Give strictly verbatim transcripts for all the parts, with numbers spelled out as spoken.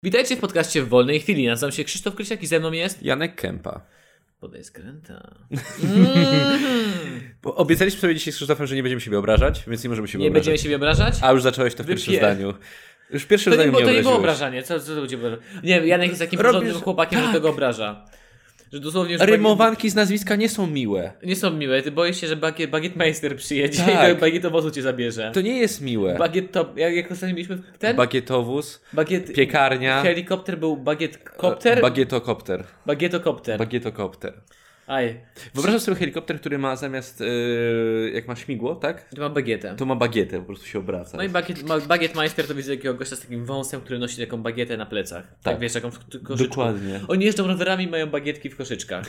Witajcie w podcaście w wolnej chwili. Nazywam się Krzysztof Krysiak i ze mną jest Janek Kępa. Podaj skręta. Bo obiecaliśmy sobie dzisiaj z Krzysztofem, że nie będziemy siebie obrażać, więc nie możemy siebie Nie obrażać. będziemy siebie obrażać? A już zacząłeś to w Wypie- pierwszym zdaniu. Już w pierwszym To nie, zdaniu było, mnie to nie było obraziłeś. obrażanie. Co, co to będzie? Nie, Janek jest takim Robisz- porządnym chłopakiem, tak. że tego obraża. Że dosłownie już Rymowanki z nazwiska nie są miłe. nie są miłe. Ty boisz się, że bagiet, bagietmeister przyjedzie Tak. i do bagietowozu cię zabierze. To nie jest miłe. Bagiet to... Jak, jak ostatnio mieliśmy ten? Bagietowóz, Bagiet... piekarnia, Helikopter był bagietkopter? bagietokopter. Bagietokopter. Bagietokopter. Aj. Wyobrażam sobie helikopter, który ma zamiast, yy, jak ma śmigło, tak? To ma bagietę. To ma bagietę, po prostu się obraca. No i bagiet, ma- bagietmeister to widzę takiego gościa z takim wąsem, który nosi taką bagietę na plecach. Tak, Tak. wiesz, taką w k- koszyczku. Dokładnie. Oni jeżdżą rowerami, mają bagietki w koszyczkach.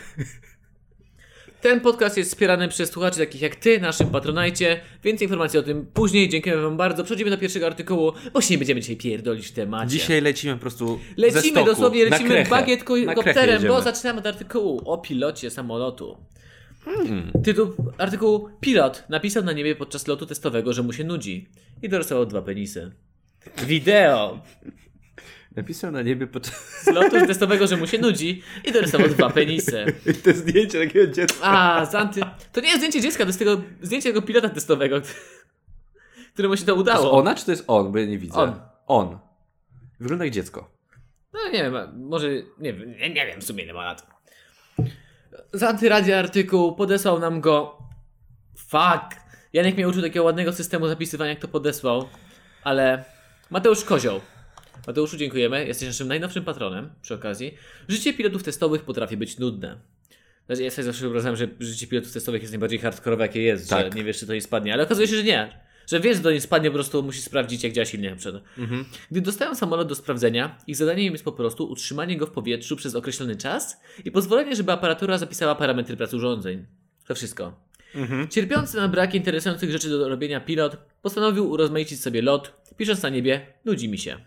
Ten podcast jest wspierany przez słuchaczy takich jak ty, naszym patronajcie. Więcej informacji o tym później. Dziękujemy wam bardzo. Przechodzimy do pierwszego artykułu, bo się nie będziemy dzisiaj pierdolić w temacie. Dzisiaj lecimy po prostu ze lecimy, stoku, dosłownie na lecimy krechę. Na krechę bagietkopterem, bo jedziemy. zaczynamy od artykułu o pilocie samolotu. Hmm. Tytuł artykułu: Pilot napisał na niebie podczas lotu testowego, że mu się nudzi i dorysował dwa penisy. Wideo Napisał na niebie podczas... z lotu testowego, że mu się nudzi i dorysował dwa penisy. Te zdjęcie takiego dziecka. A, z anty... To nie jest zdjęcie dziecka, to jest tego zdjęcie tego pilota testowego, któremu się to To jest udało. ona, czy to jest on? Bo ja nie widzę. On. On. Wygląda jak dziecko. No nie wiem, może, nie wiem, nie, nie wiem w sumie ile ma lat. Z antyradia artykuł podesłał nam go... Fuck. Janek mnie uczył takiego ładnego systemu zapisywania, jak to podesłał, ale Mateusz Kozioł. Mateuszu, dziękujemy. Jesteś naszym najnowszym patronem przy okazji. Życie pilotów testowych potrafi być nudne. Znaczy, ja sobie zawsze wyobrażałem, że życie pilotów testowych jest najbardziej hardkorowe, jakie jest, Tak. że nie wiesz, czy to nie spadnie, ale okazuje się, że nie. Że wiesz, że to nie spadnie, po prostu musisz sprawdzić, jak działa silnik na przykład. Mhm. Gdy dostają samolot do sprawdzenia, ich zadaniem jest po prostu utrzymanie go w powietrzu przez określony czas i pozwolenie, żeby aparatura zapisała parametry pracy urządzeń. To wszystko. Mhm. Cierpiący na brak interesujących rzeczy do robienia pilot postanowił urozmaicić sobie lot, pisząc na niebie: nudzi mi się.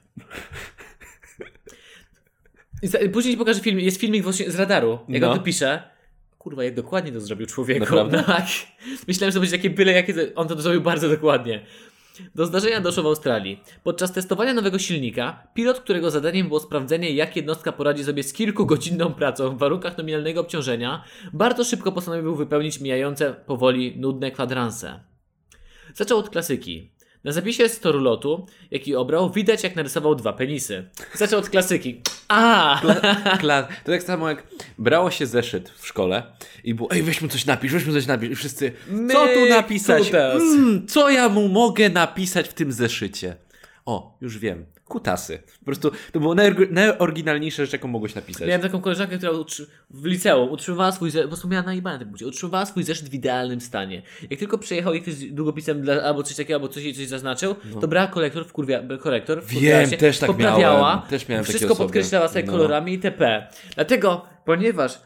I za, później ci pokażę film, jest filmik właśnie z radaru, jak No. on to pisze. Kurwa, jak dokładnie to zrobił człowieku. Naprawdę? Tak. Myślałem, że to będzie takie byle jakie, on to zrobił bardzo dokładnie. Do zdarzenia doszło w Australii. Podczas testowania nowego silnika, pilot, którego zadaniem było sprawdzenie, jak jednostka poradzi sobie z kilkugodzinną pracą w warunkach nominalnego obciążenia, bardzo szybko postanowił wypełnić mijające powoli nudne kwadranse. Zaczął od klasyki. Na zapisie z toru lotu, jaki obrał, widać, jak narysował dwa penisy. Zaczął od klasyki. A! Kla- to tak samo jak brało się zeszyt w szkole i było: ej, weźmy coś napisz, weźmy coś napisz. I wszyscy: co tu My napisać? kutas. Mm, co ja mu mogę napisać w tym zeszycie? O, już wiem. Kutasy. Po prostu to było najor- najoryginalniejsze rzecz, jaką mogłeś napisać. Miałem taką koleżankę, która utrzy- w liceum utrzymywała swój zeszyt, po prostu miała najebane tak będzie, utrzymywała swój zeszyt w idealnym stanie. Jak tylko przyjechał jej ktoś z długopisem dla, albo coś takiego, albo coś jej coś zaznaczył, to brała korektor, wkurwia, korektor, wkurwiała Wiem, się, też tak poprawiała, miałem. Też miałem takie wszystko osoby. podkreślała sobie No. kolorami itp. Dlatego, ponieważ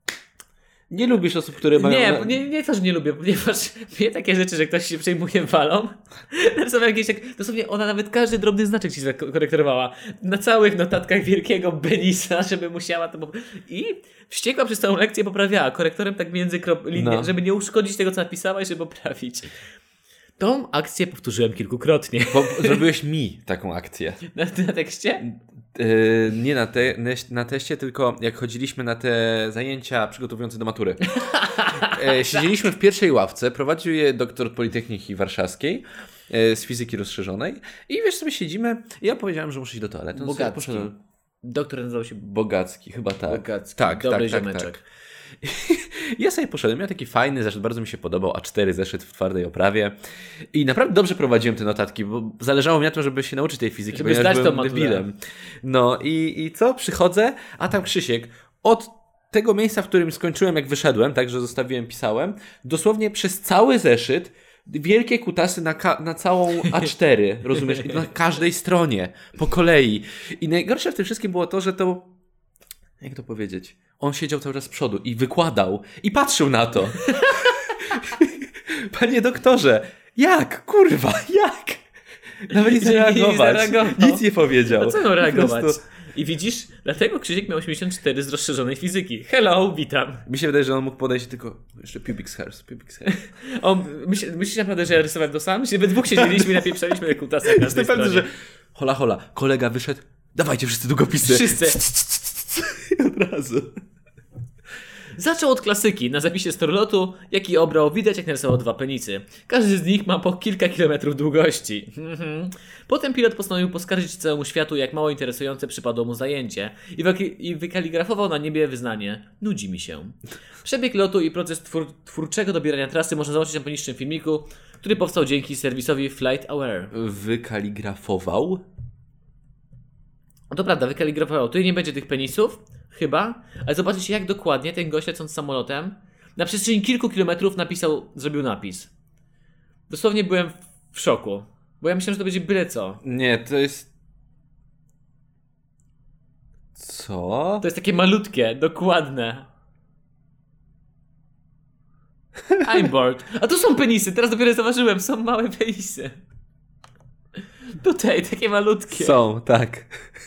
Nie lubisz osób, które mają... Nie, nie, nie to, że nie lubię, ponieważ wie takie rzeczy, że ktoś się przejmuje walą. Narysowałem jakieś tak, dosłownie ona nawet każdy drobny znaczek ci zakorektowała. Na całych notatkach wielkiego Benisa, żeby musiała to... pop- I wściekła przez całą lekcję poprawiała korektorem tak między krop... linie, No. żeby nie uszkodzić tego, co napisała i żeby poprawić. Tą akcję powtórzyłem kilkukrotnie. Bo zrobiłeś mi taką akcję. Na, na tekście? Yy, nie na, te, na teście, tylko jak chodziliśmy na te zajęcia przygotowujące do matury. Yy, siedzieliśmy w pierwszej ławce, prowadził je doktor Politechniki Warszawskiej yy, z fizyki rozszerzonej i wiesz sobie siedzimy i ja powiedziałem, że muszę iść do toalety. On sobie Bogacki. poszedł- Doktor nazywał się Bogacki, chyba tak. Bogacki. Tak, Dobry tak, tak, ziomeczek. tak. Ja sobie poszedłem, miał taki fajny zeszyt, bardzo mi się podobał, A cztery zeszyt w twardej oprawie i naprawdę dobrze prowadziłem te notatki, bo zależało mi na tym, żeby się nauczyć tej fizyki, Żeby ponieważ zdać tą byłem maturę. debilem. No i, i co? Przychodzę, a tam Krzysiek od tego miejsca, w którym skończyłem, jak wyszedłem, tak, że zostawiłem, pisałem, dosłownie przez cały zeszyt wielkie kutasy na, ka- na całą A cztery, rozumiesz? I na każdej stronie, po kolei. I najgorsze w tym wszystkim było to, że to... Jak to powiedzieć? On siedział cały czas z przodu i wykładał i patrzył na to. Panie doktorze, jak? Kurwa, jak? Nawet nic nie I reagować. zareagował. Nic nie powiedział. No co miał reagować? Po prostu- I widzisz, dlatego Krzysiek miał osiemdziesiąt cztery z rozszerzonej fizyki. Hello, witam. Mi się wydaje, że on mógł podejść tylko jeszcze pubic hairs, pubic hairs. On, myśl, myślisz naprawdę, że ja rysowałem to sam? Myślę, we dwóch siedzieliśmy i napieprzaliśmy kutasa na każdej Jestem pewny, stronie. że hola hola, kolega wyszedł, Dawajcie wszyscy długopisy. Wszyscy. I od razu. Zaczął od klasyki. Na zapisie storlotu, jaki obrał, widać jak narysował dwa penisy. Każdy z nich ma po kilka kilometrów długości. Potem pilot postanowił poskarżyć całemu światu, jak mało interesujące przypadło mu zajęcie i, wy- i wykaligrafował na niebie wyznanie: nudzi mi się. Przebieg lotu i proces twór- twórczego dobierania trasy można zobaczyć na poniższym filmiku, który powstał dzięki serwisowi Flight Aware. Wykaligrafował? No to prawda, wykaligrafował. Tutaj nie będzie tych penisów, chyba, ale zobaczycie jak dokładnie ten gość lecąc samolotem na przestrzeni kilku kilometrów napisał, zrobił napis. Dosłownie byłem w szoku, bo ja myślałem, że to będzie byle co. Nie, to jest... Co? To jest takie malutkie, dokładne. I'm bored. A tu są penisy, teraz dopiero zauważyłem, są małe penisy. Tutaj, takie malutkie. Są, tak.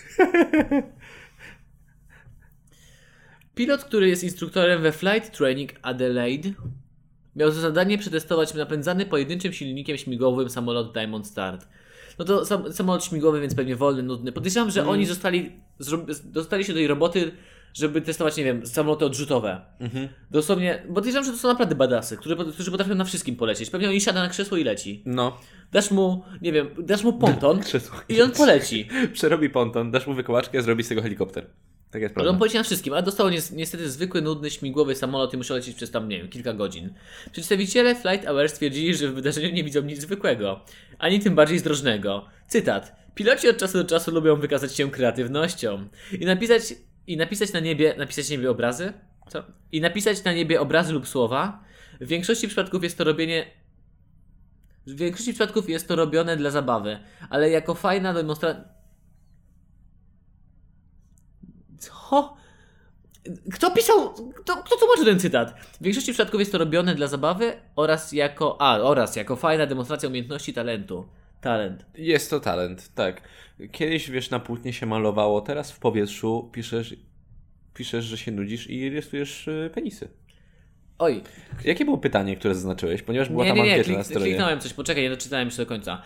Pilot, który jest instruktorem we Flight Training Adelaide, miał za zadanie przetestować napędzany pojedynczym silnikiem śmigłowym samolot Diamond Star. No to sam, samolot śmigłowy, więc pewnie wolny, nudny. Podejrzewam, że mm. oni zostali, zro, dostali się do tej roboty, żeby testować, nie wiem, samoloty odrzutowe. Mm-hmm. Dosłownie, bo podejrzewam, że to są naprawdę badasy, którzy, którzy potrafią na wszystkim polecieć. Pewnie on siada na krzesło i leci. No. Dasz mu, nie wiem, dasz mu ponton Krzesło. i on poleci. Przerobi ponton, dasz mu wykołaczkę, zrobi z tego helikopter. Tak jest Ale prawda. on poleci na wszystkim, ale dostał ni- niestety zwykły, nudny, śmigłowy samolot i musiał lecieć przez tam, nie wiem, kilka godzin. Przedstawiciele Flight Aware stwierdzili, że w wydarzeniu nie widzą nic zwykłego, ani tym bardziej zdrożnego. Cytat. Piloci od czasu do czasu lubią wykazać się kreatywnością i napisać, i napisać na niebie, napisać na niebie obrazy? Co? I napisać na niebie obrazy lub słowa. W większości przypadków jest to robienie W większości przypadków jest to robione dla zabawy, ale jako fajna demonstracja... Co? Kto pisał... Kto, kto tłumaczył ten cytat? W większości przypadków jest to robione dla zabawy oraz jako... A, oraz jako fajna demonstracja umiejętności talentu. Talent. Jest to talent, tak. Kiedyś, wiesz, na płótnie się malowało, teraz w powietrzu piszesz, piszesz, że się nudzisz i rysujesz y, penisy. Oj. Jakie było pytanie, które zaznaczyłeś? Ponieważ była Nie, tam nie, nie, ankieta klik, na stronie. kliknąłem coś, poczekaj, nie doczytałem jeszcze do końca.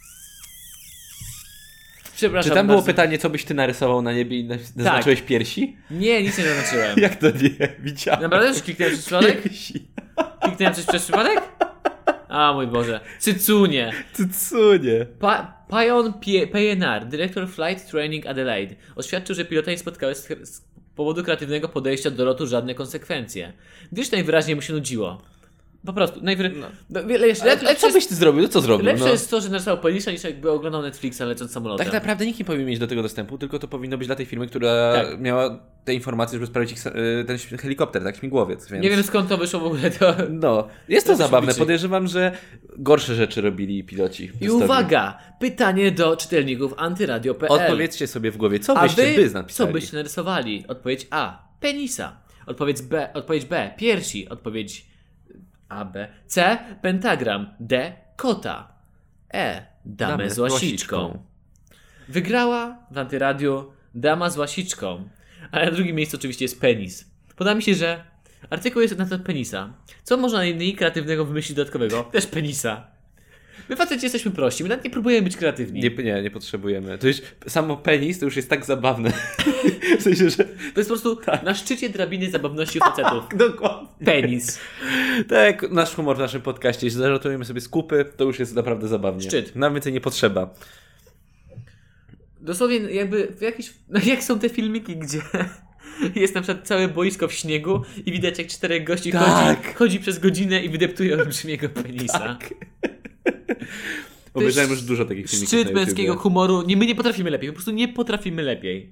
Przepraszam Czy tam było bardzo. pytanie, co byś ty narysował na niebie i zaznaczyłeś tak. piersi? Nie, nic nie zaznaczyłem. Jak to nie? Widziałem. Naprawdę już kliknąłem przez przypadek? Piersi. Kliknąłem coś przez przypadek? A mój Boże. Cycunie. Cycunie. Pa- Pion P N R, dyrektor Flight Training Adelaide, oświadczył, że pilota nie spotkały z, z powodu kreatywnego podejścia do lotu żadne konsekwencje, gdyż najwyraźniej mu się nudziło. Po prostu, najwyraźniej... No. No, le- ale, ale co byś ty zrobił? No co zrobił? Lepsze no. jest to, że narysował penisa, niż jakby oglądał Netflixa lecąc samolotem. Tak naprawdę nikt nie powinien mieć do tego dostępu, tylko to powinno być dla tej firmy, która tak. miała te informacje, żeby sprawdzić ich, ten helikopter, tak, śmigłowiec. Więc... Nie wiem skąd to wyszło w ogóle. To... No, jest to, to zabawne. Liczy. Podejrzewam, że gorsze rzeczy robili piloci. I uwaga! Pytanie do czytelników antyradio kropka p l. Odpowiedzcie sobie w głowie, co A byście wy, by napisali? co byście narysowali? Odpowiedź A. Penisa. Odpowiedź B. Odpowiedź B. Piersi. Odpowiedź A, B. C. Pentagram. D. Kota. E. Damę, Damę z z łasiczką. łasiczką. Wygrała w antyradiu Dama z łasiczką. A na drugim miejscu oczywiście jest penis. Podoba mi się, że artykuł jest na temat penisa. Co można najmniej kreatywnego wymyślić dodatkowego? Też penisa. My faceci jesteśmy prości, my nawet nie próbujemy być kreatywni. Nie, nie, nie potrzebujemy. To już samo penis to już jest tak zabawne. W sensie, że... To jest po prostu tak. Na szczycie drabiny zabawności facetów. Dokładnie. Penis. Tak, nasz humor w naszym podcaście. Jeśli zażartujemy sobie z kupy, to już jest naprawdę zabawnie. Szczyt. Nam więcej nie potrzeba. Dosłownie jakby w jakiś... No jak są te filmiki, gdzie jest na przykład całe boisko w śniegu i widać jak czterech gości tak. chodzi, chodzi przez godzinę i wydeptuje olbrzymiego penisa. Tak. Obejrzałem już dużo takich filmików. Szczyt męskiego humoru. Nie, my nie potrafimy lepiej. Po prostu nie potrafimy lepiej.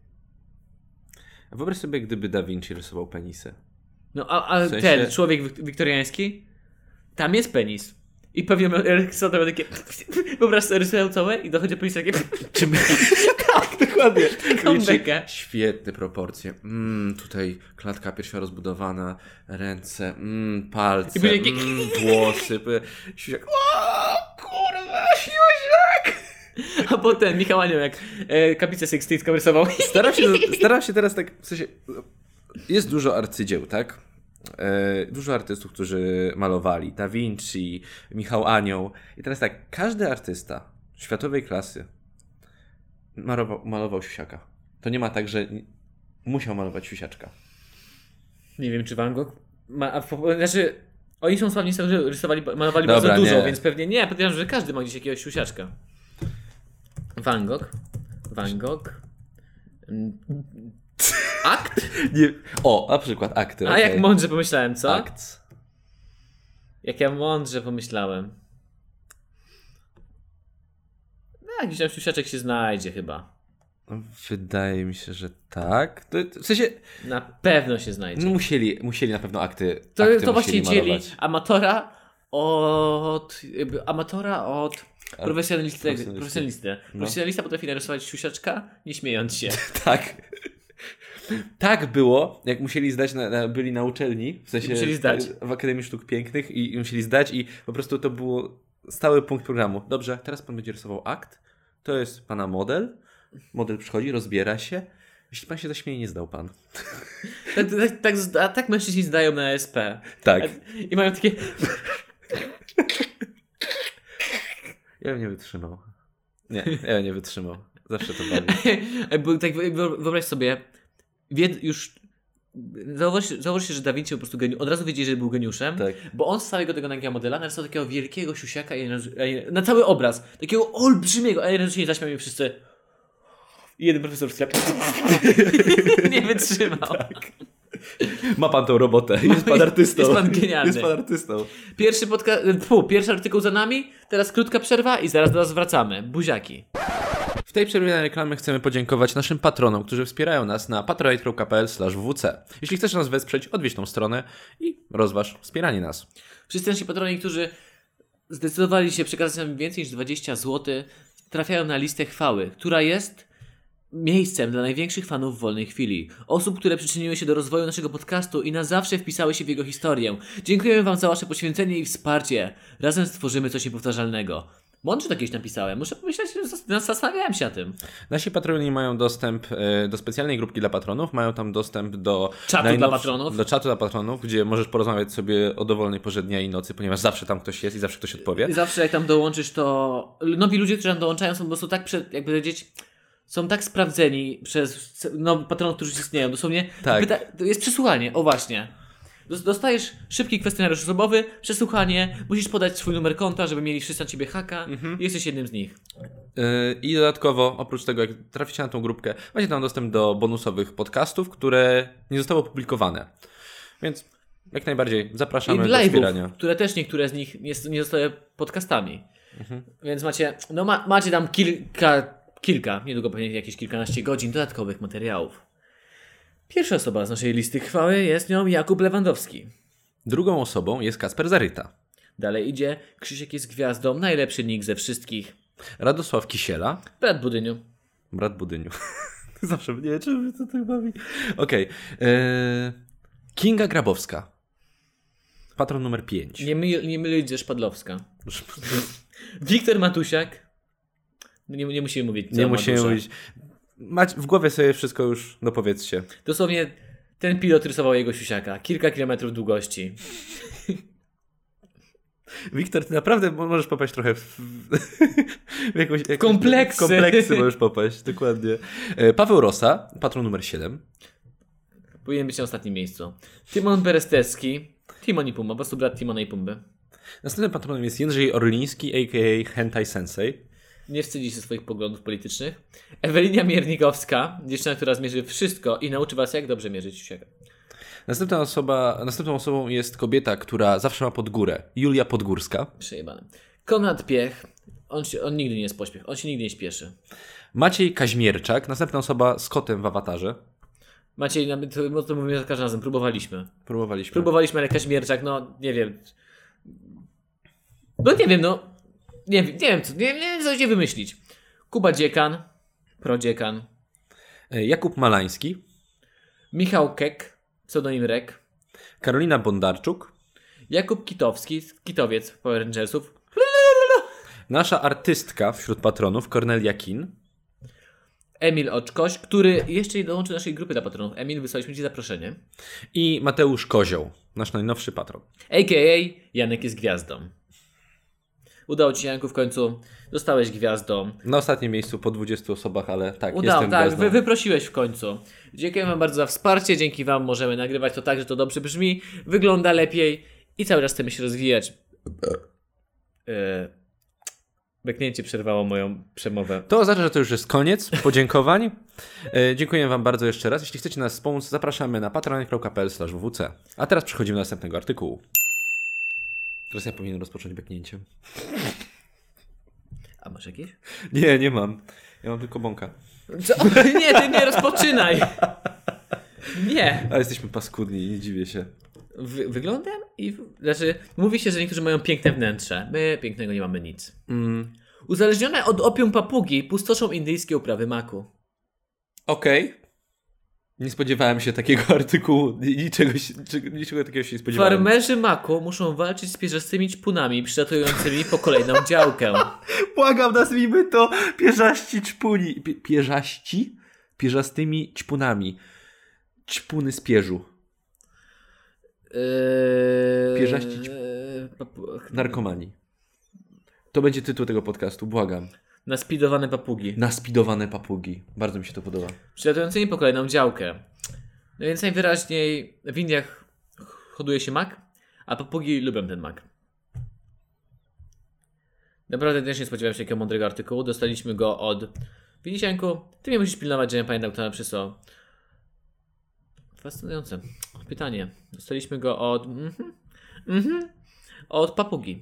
A wyobraź sobie, gdyby Da Vinci rysował penisy. No a, a w sensie... ten człowiek wik- wiktoriański, tam jest penis. I pewnie są tam takie... Wyobraź sobie, rysują całe i dochodzi do penisa takie... Czy my... tak, dokładnie. Taką bekę. Świetne proporcje. Mm, tutaj klatka piersiowa rozbudowana, ręce, mm, palce, I takie... mm, włosy. Siusiak. O, kurwa, siusiak! A potem Michał Anioł jak e, Kaplicę Sykstyńską rysował. Staram się, staram się teraz tak, w sensie, jest dużo arcydzieł, tak? E, dużo artystów, którzy malowali. Da Vinci, Michał Anioł. I teraz tak, każdy artysta światowej klasy malował, malował siusiaka. To nie ma tak, że musiał malować siusiaczka. Nie wiem, czy Van Gogh ma... A, po, znaczy, oni są sławni z tego, że rysowali, malowali Dobra, bardzo dużo, nie. więc pewnie nie. Podejrzewam, że każdy ma gdzieś jakiegoś siusiaczka. Van Gogh. Van Gogh. Mm, Akt? Nie. O, na przykład akty. A okay. jak mądrze pomyślałem, co? Akt. Jak ja mądrze pomyślałem. No, jakiś tam siusiaczek się znajdzie chyba. Wydaje mi się, że tak. To, w sensie, Na pewno się znajdzie. no musieli, musieli na pewno akty. To, akty to właśnie musieli dzieli malować. amatora od... jakby amatora od profesjonalisty. profesjonalisty. Profesjonalisty. No. Profesjonalista potrafi narysować siusiaczka, nie śmiejąc się. Tak. Tak było, jak musieli zdać, na, na, byli na uczelni, w sensie Musieli zdać. w Akademii Sztuk Pięknych i, i musieli zdać i po prostu to było stały punkt programu. Dobrze, teraz pan będzie rysował akt, to jest pana model, model przychodzi, rozbiera się, jeśli pan się zaśmieje, nie zdał pan. Tak, tak, tak, a tak mężczyźni zdają na S P. Tak. I mają takie... Ja bym nie wytrzymał. Nie, ja bym nie wytrzymał. Zawsze to bawi. Bo tak wyobraź sobie, wied, już zauważ, zauważ się, że Da Vinci po prostu geniu, od razu wiedzieli, że był geniuszem, Tak. bo on z całego tego nagiego modela narysował takiego wielkiego siusiaka i na cały obraz, takiego olbrzymiego, a jeden się nie zaśmiał i wszyscy i jeden profesor w sklepie nie wytrzymał. Tak. Ma pan tą robotę. Jest pan artystą. Jest pan genialny. Jest pan artystą. Pierwszy, podca- Fu, pierwszy artykuł za nami, teraz krótka przerwa i zaraz do nas wracamy. Buziaki. W tej przerwie na reklamy chcemy podziękować naszym patronom, którzy wspierają nas na patronite kropka p l slash w w c. Jeśli chcesz nas wesprzeć, odwiedź tą stronę i rozważ wspieranie nas. Wszyscy nasi patroni, którzy zdecydowali się przekazać nam więcej niż dwadzieścia złotych, trafiają na listę chwały, która jest miejscem dla największych fanów wolnej chwili. Osób, które przyczyniły się do rozwoju naszego podcastu i na zawsze wpisały się w jego historię. Dziękujemy wam za wasze poświęcenie i wsparcie. Razem stworzymy coś niepowtarzalnego. Mądrze to kiedyś napisałem. Muszę pomyśleć, że zastanawiałem się o tym. Nasi patroni mają dostęp e, do specjalnej grupki dla patronów, mają tam dostęp do Czatu najnowsz- dla patronów. Do czatu dla patronów, gdzie możesz porozmawiać sobie o dowolnej porze dnia i nocy, ponieważ zawsze tam ktoś jest i zawsze ktoś odpowie. I zawsze jak tam dołączysz, to nowi ludzie, którzy tam dołączają, są po prostu tak, przed, jakby powiedzieć, są tak sprawdzeni przez no, patronów, którzy już istnieją. Dosłownie Tak. pyta, to jest przesłuchanie. O właśnie. Dos- Dostajesz szybki kwestionariusz osobowy, przesłuchanie, musisz podać swój numer konta, żeby mieli wszyscy na ciebie haka Mhm. i jesteś jednym z nich. Yy, I dodatkowo, oprócz tego, jak traficie na tą grupkę, macie tam dostęp do bonusowych podcastów, które nie zostały opublikowane. Więc jak najbardziej I zapraszamy do live'ów, wspierania. które też niektóre z nich nie, nie zostały podcastami. Mhm. Więc macie, no ma, macie tam kilka, kilka, niedługo pewnie jakieś kilkanaście godzin dodatkowych materiałów. Pierwsza osoba z naszej listy chwały jest nią Jakub Lewandowski. Drugą osobą jest Kasper Zaryta. Dalej idzie Krzysiek jest gwiazdą, najlepszy nick ze wszystkich. Radosław Kisiela. Brat Budyniu. Brat Budyniu. Zawsze nie wiem, czy mnie to tak bawi. Okej. Yy, Kinga Grabowska. Patron numer pięć. Nie, myl, nie mylić ze Szpadlowska. Wiktor Matusiak. Nie, nie musimy mówić. co Nie ma musimy duszę. mówić. Mać w głowie sobie wszystko już dopowiedzcie. Dosłownie ten pilot rysował jego siusiaka. Kilka kilometrów długości. Wiktor, ty naprawdę możesz popaść trochę w, w jakąś, jakąś... Kompleksy. Kompleksy możesz popaść, dokładnie. E, Paweł Rosa, patron numer siedem. Powinien być na ostatnim miejscu. Tymon Berestecki. Timon i Pumba, po prostu brat Timona i Pumby. Następnym patronem jest Jędrzej Orliński, a k a. Hentai Sensei. Nie wstydzi się swoich poglądów politycznych. Ewelina Miernikowska, dziewczyna, która zmierzy wszystko i nauczy was, jak dobrze mierzyć siusiaka. Następna osoba, następną osobą jest kobieta, która zawsze ma pod górę. Julia Podgórska. Przejebane. Konrad Piech. On, się, on nigdy nie jest pośpiech. On się nigdy nie śpieszy. Maciej Kaźmierczak, następna osoba z kotem w awatarze. Maciej, to, to mówimy za każdym razem. Próbowaliśmy. Próbowaliśmy. Próbowaliśmy, ale Kaźmierczak, no nie wiem. No nie wiem, no. Nie, wiem- nie wiem, co, nie, nie wiem, co się wymyślić. Kuba Dziekan. Prodziekan. E, Jakub Malański. Michał Kek. Pseudonim Rek. Karolina Bondarczuk. Jakub Kitowski. Kitowiec Power Rangersów. Nasza artystka wśród patronów, Kornelia Kin. Emil Oczkoś, który jeszcze nie dołączył do naszej grupy dla patronów. Emil, wysłaliśmy ci zaproszenie. I Mateusz Kozioł, nasz najnowszy patron. A K A Janek jest gwiazdą. Udało ci się, Janku, w końcu. Dostałeś gwiazdą. Na ostatnim miejscu po dwudziestu osobach, ale tak, Udało, jestem tak, gwiazdą. wy, wyprosiłeś w końcu. Dziękuję wam bardzo za wsparcie, dzięki wam możemy nagrywać to tak, że to dobrze brzmi, wygląda lepiej i cały czas chcemy się rozwijać. Yy, beknięcie przerwało moją przemowę. To oznacza, że to już jest koniec podziękowań. E, dziękuję wam bardzo jeszcze raz. Jeśli chcecie nas wspomóc, zapraszamy na patronite kropka p l slash w w c. A teraz przechodzimy do następnego artykułu. Teraz ja powinienem rozpocząć beknięciem. A masz jakieś? Nie, nie mam. Ja mam tylko bąka. Co? Nie, ty nie rozpoczynaj! Nie. Ale jesteśmy paskudni, nie dziwię się. Wy, wyglądem i... Znaczy, mówi się, że niektórzy mają piękne wnętrze. My pięknego nie mamy nic. Mm. Uzależnione od opium papugi pustoszą indyjskie uprawy maku. Okej. Okay. Nie spodziewałem się takiego artykułu. Niczego, się- czy- niczego takiego się nie spodziewałem. Farmerzy maku muszą walczyć z pierzastymi ćpunami przylatującymi po kolejną działkę. Błagam, nazwijmy to pierzaści ćpuni. Pie, pierzaści? Pierzastymi ćpunami. Ćpuny z pierzu. Eee... Pierzaści ćp- papu- Narkomani. To będzie tytuł tego podcastu, błagam. Naspidowane papugi. Naspidowane papugi. Bardzo mi się to podoba. Przylatującymi po kolejną działkę. No więc najwyraźniej w Indiach hoduje się mak, a papugi lubią ten mak. Naprawdę też nie spodziewałem się takiego mądrego artykułu. Dostaliśmy go od... Widzisz, Janku? Ty mnie musisz pilnować, że nie pamiętam, kto nam przysłał. Fascynujące. Pytanie. Dostaliśmy go od... Mhm. Mhm. Od papugi.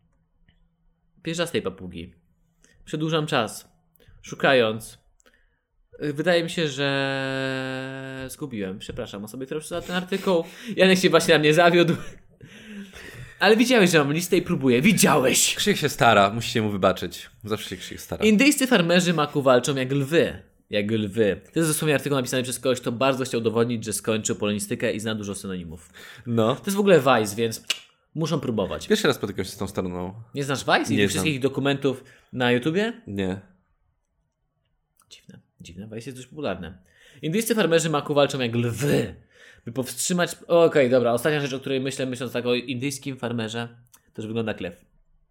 Pierzastej papugi. Przedłużam czas. Szukając. Wydaje mi się, że zgubiłem. Przepraszam osobie, która przysłała ten artykuł. Janek się właśnie na mnie zawiódł. Ale widziałeś, że mam listę i próbuję. Widziałeś! Krzyk się stara, musicie mu wybaczyć. Zawsze się Krzyk stara. Indyjscy farmerzy maku walczą jak lwy. Jak lwy. To jest dosłownie artykuł napisany przez kogoś, kto bardzo chciał udowodnić, że skończył polonistykę i zna dużo synonimów. No. To jest w ogóle Vice, więc muszą próbować. Pierwszy raz spotykam się z tą stroną. Nie znasz Vice i Nie tych znam. wszystkich dokumentów na YouTubie? Nie. Dziwne. Dziwne. Vice jest dość popularne. Indyjscy farmerzy maku walczą jak lwy. By powstrzymać... Okej, okay, dobra. Ostatnia rzecz, o której myślę, myśląc tak o indyjskim farmerze, to że wygląda klew.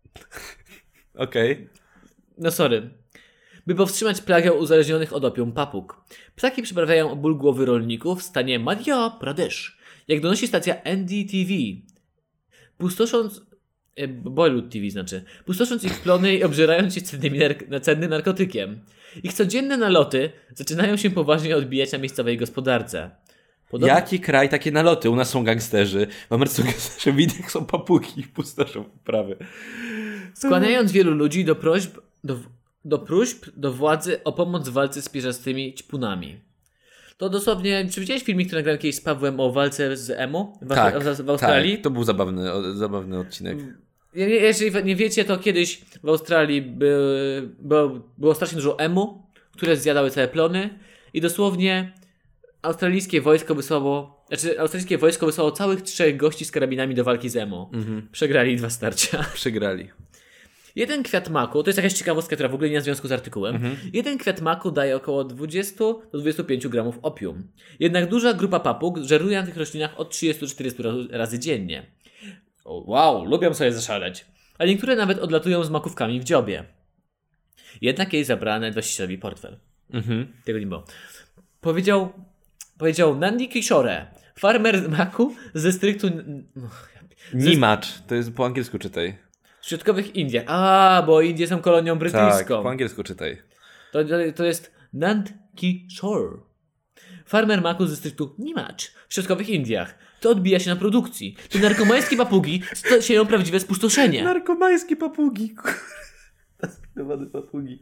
Okej. Okay. No sorry. By powstrzymać plagę uzależnionych od opium papug. Ptaki przyprawiają o ból głowy rolników w stanie Madhya Pradesh. Jak donosi stacja N D T V. Pustosząc... E, Bollywood T V znaczy. Pustosząc ich plony i obżerając się cennymi nar- cennym narkotykiem. Ich codzienne naloty zaczynają się poważnie odbijać na miejscowej gospodarce. Podobnie... Jaki kraj, takie naloty? U nas są gangsterzy. W Ameryce są gangsterzy, w Indiach są papugi i pustoszą prawy. Skłaniając wielu ludzi do prośb do, do próśb do władzy o pomoc w walce z pierzastymi ćpunami. To dosłownie, czy widziałeś filmik, który nagrałem kiedyś z Pawłem o walce z emu w, Tak, w, w Australii? tak, to był zabawny, o, zabawny odcinek. Je- Jeżeli nie wiecie, to kiedyś w Australii by, było, było strasznie dużo emu, które zjadały całe plony i dosłownie australijskie wojsko wysłało, znaczy australijskie wojsko wysłało całych trzech gości z karabinami do walki z emu. Mhm. Przegrali dwa starcia. Przegrali. Jeden kwiat maku, to jest jakaś ciekawostka, która w ogóle nie ma związku z artykułem. Mhm. Jeden kwiat maku daje około dwadzieścia do dwudziestu pięciu gramów opium. Jednak duża grupa papug żeruje na tych roślinach od trzydziestu do czterdziestu razy dziennie. O, wow, lubią sobie zaszaleć. A niektóre nawet odlatują z makówkami w dziobie. Jednak jej zabrano właścicielowi portfel. Mhm. Tego nie było. Powiedział, powiedział Nandi Kishore, farmer maku z dystryktu no, Nimacz, to jest po angielsku czytaj. w środkowych Indiach. A, bo Indie są kolonią Tak, brytyjską. po angielsku czytaj. To, to jest Nand Kishore. Farmer maku z dystryktu Nimacz w środkowych Indiach. To odbija się na produkcji. Te narkomańskie papugi sto- sieją prawdziwe spustoszenie. Narkomańskie papugi. Naspinowane papugi.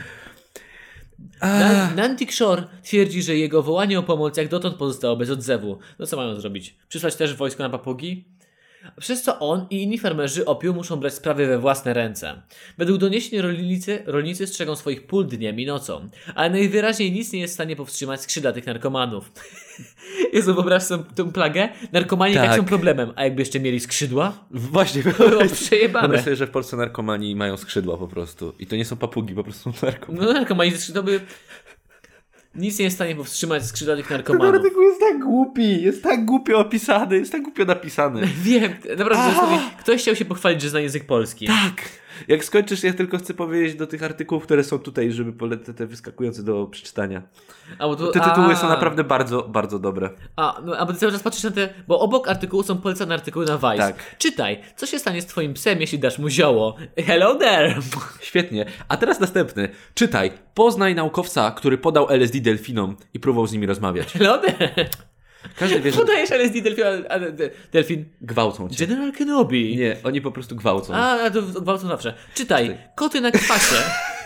Nan- Nandi Kishore twierdzi, że jego wołanie o pomoc jak dotąd pozostało bez odzewu. No co mają zrobić? Przysłać też wojsko na papugi? Przez co on i inni farmerzy opium muszą brać sprawy we własne ręce. Według doniesień rolnicy, rolnicy strzegą swoich pól dniem i nocą, ale najwyraźniej nic nie jest w stanie powstrzymać skrzydlatych narkomanów. Jezu, wyobraź sobie tę plagę? Narkomani tak. Tak. są problemem, a jakby jeszcze mieli skrzydła? Właśnie, Było przejebane. wyobraź sobie, że w Polsce narkomani mają skrzydła po prostu. I to nie są papugi, po prostu są narkomani. No narkomani ze skrzydła by... Nic nie jest w stanie powstrzymać skrzydlatych Ten narkomanów. artykuł jest tak głupi, jest tak głupio opisany, jest tak głupio napisany. Wiem, naprawdę dosłownie, ktoś chciał się pochwalić, że zna język polski. Tak, Jak skończysz, ja tylko chcę powiedzieć do tych artykułów, które są tutaj, żeby polecę te wyskakujące do przeczytania. A, bo to, Te tytuły a, są naprawdę bardzo, bardzo dobre. A, no, a bo ty cały czas patrzysz na te, bo obok artykułu są polecane artykuły na Vice. Tak. Czytaj, co się stanie z twoim psem, jeśli dasz mu zioło? Hello there! Świetnie. A teraz następny. Czytaj. Poznaj naukowca, który podał L S D delfinom i próbował z nimi rozmawiać. Hello there! Każdy wie, że Podajesz L S D delfin, a de, delfin. gwałcą cię. General Kenobi. Nie, oni po prostu gwałcą. A, a to gwałcą zawsze. Czytaj, Czytaj. koty na kwasie.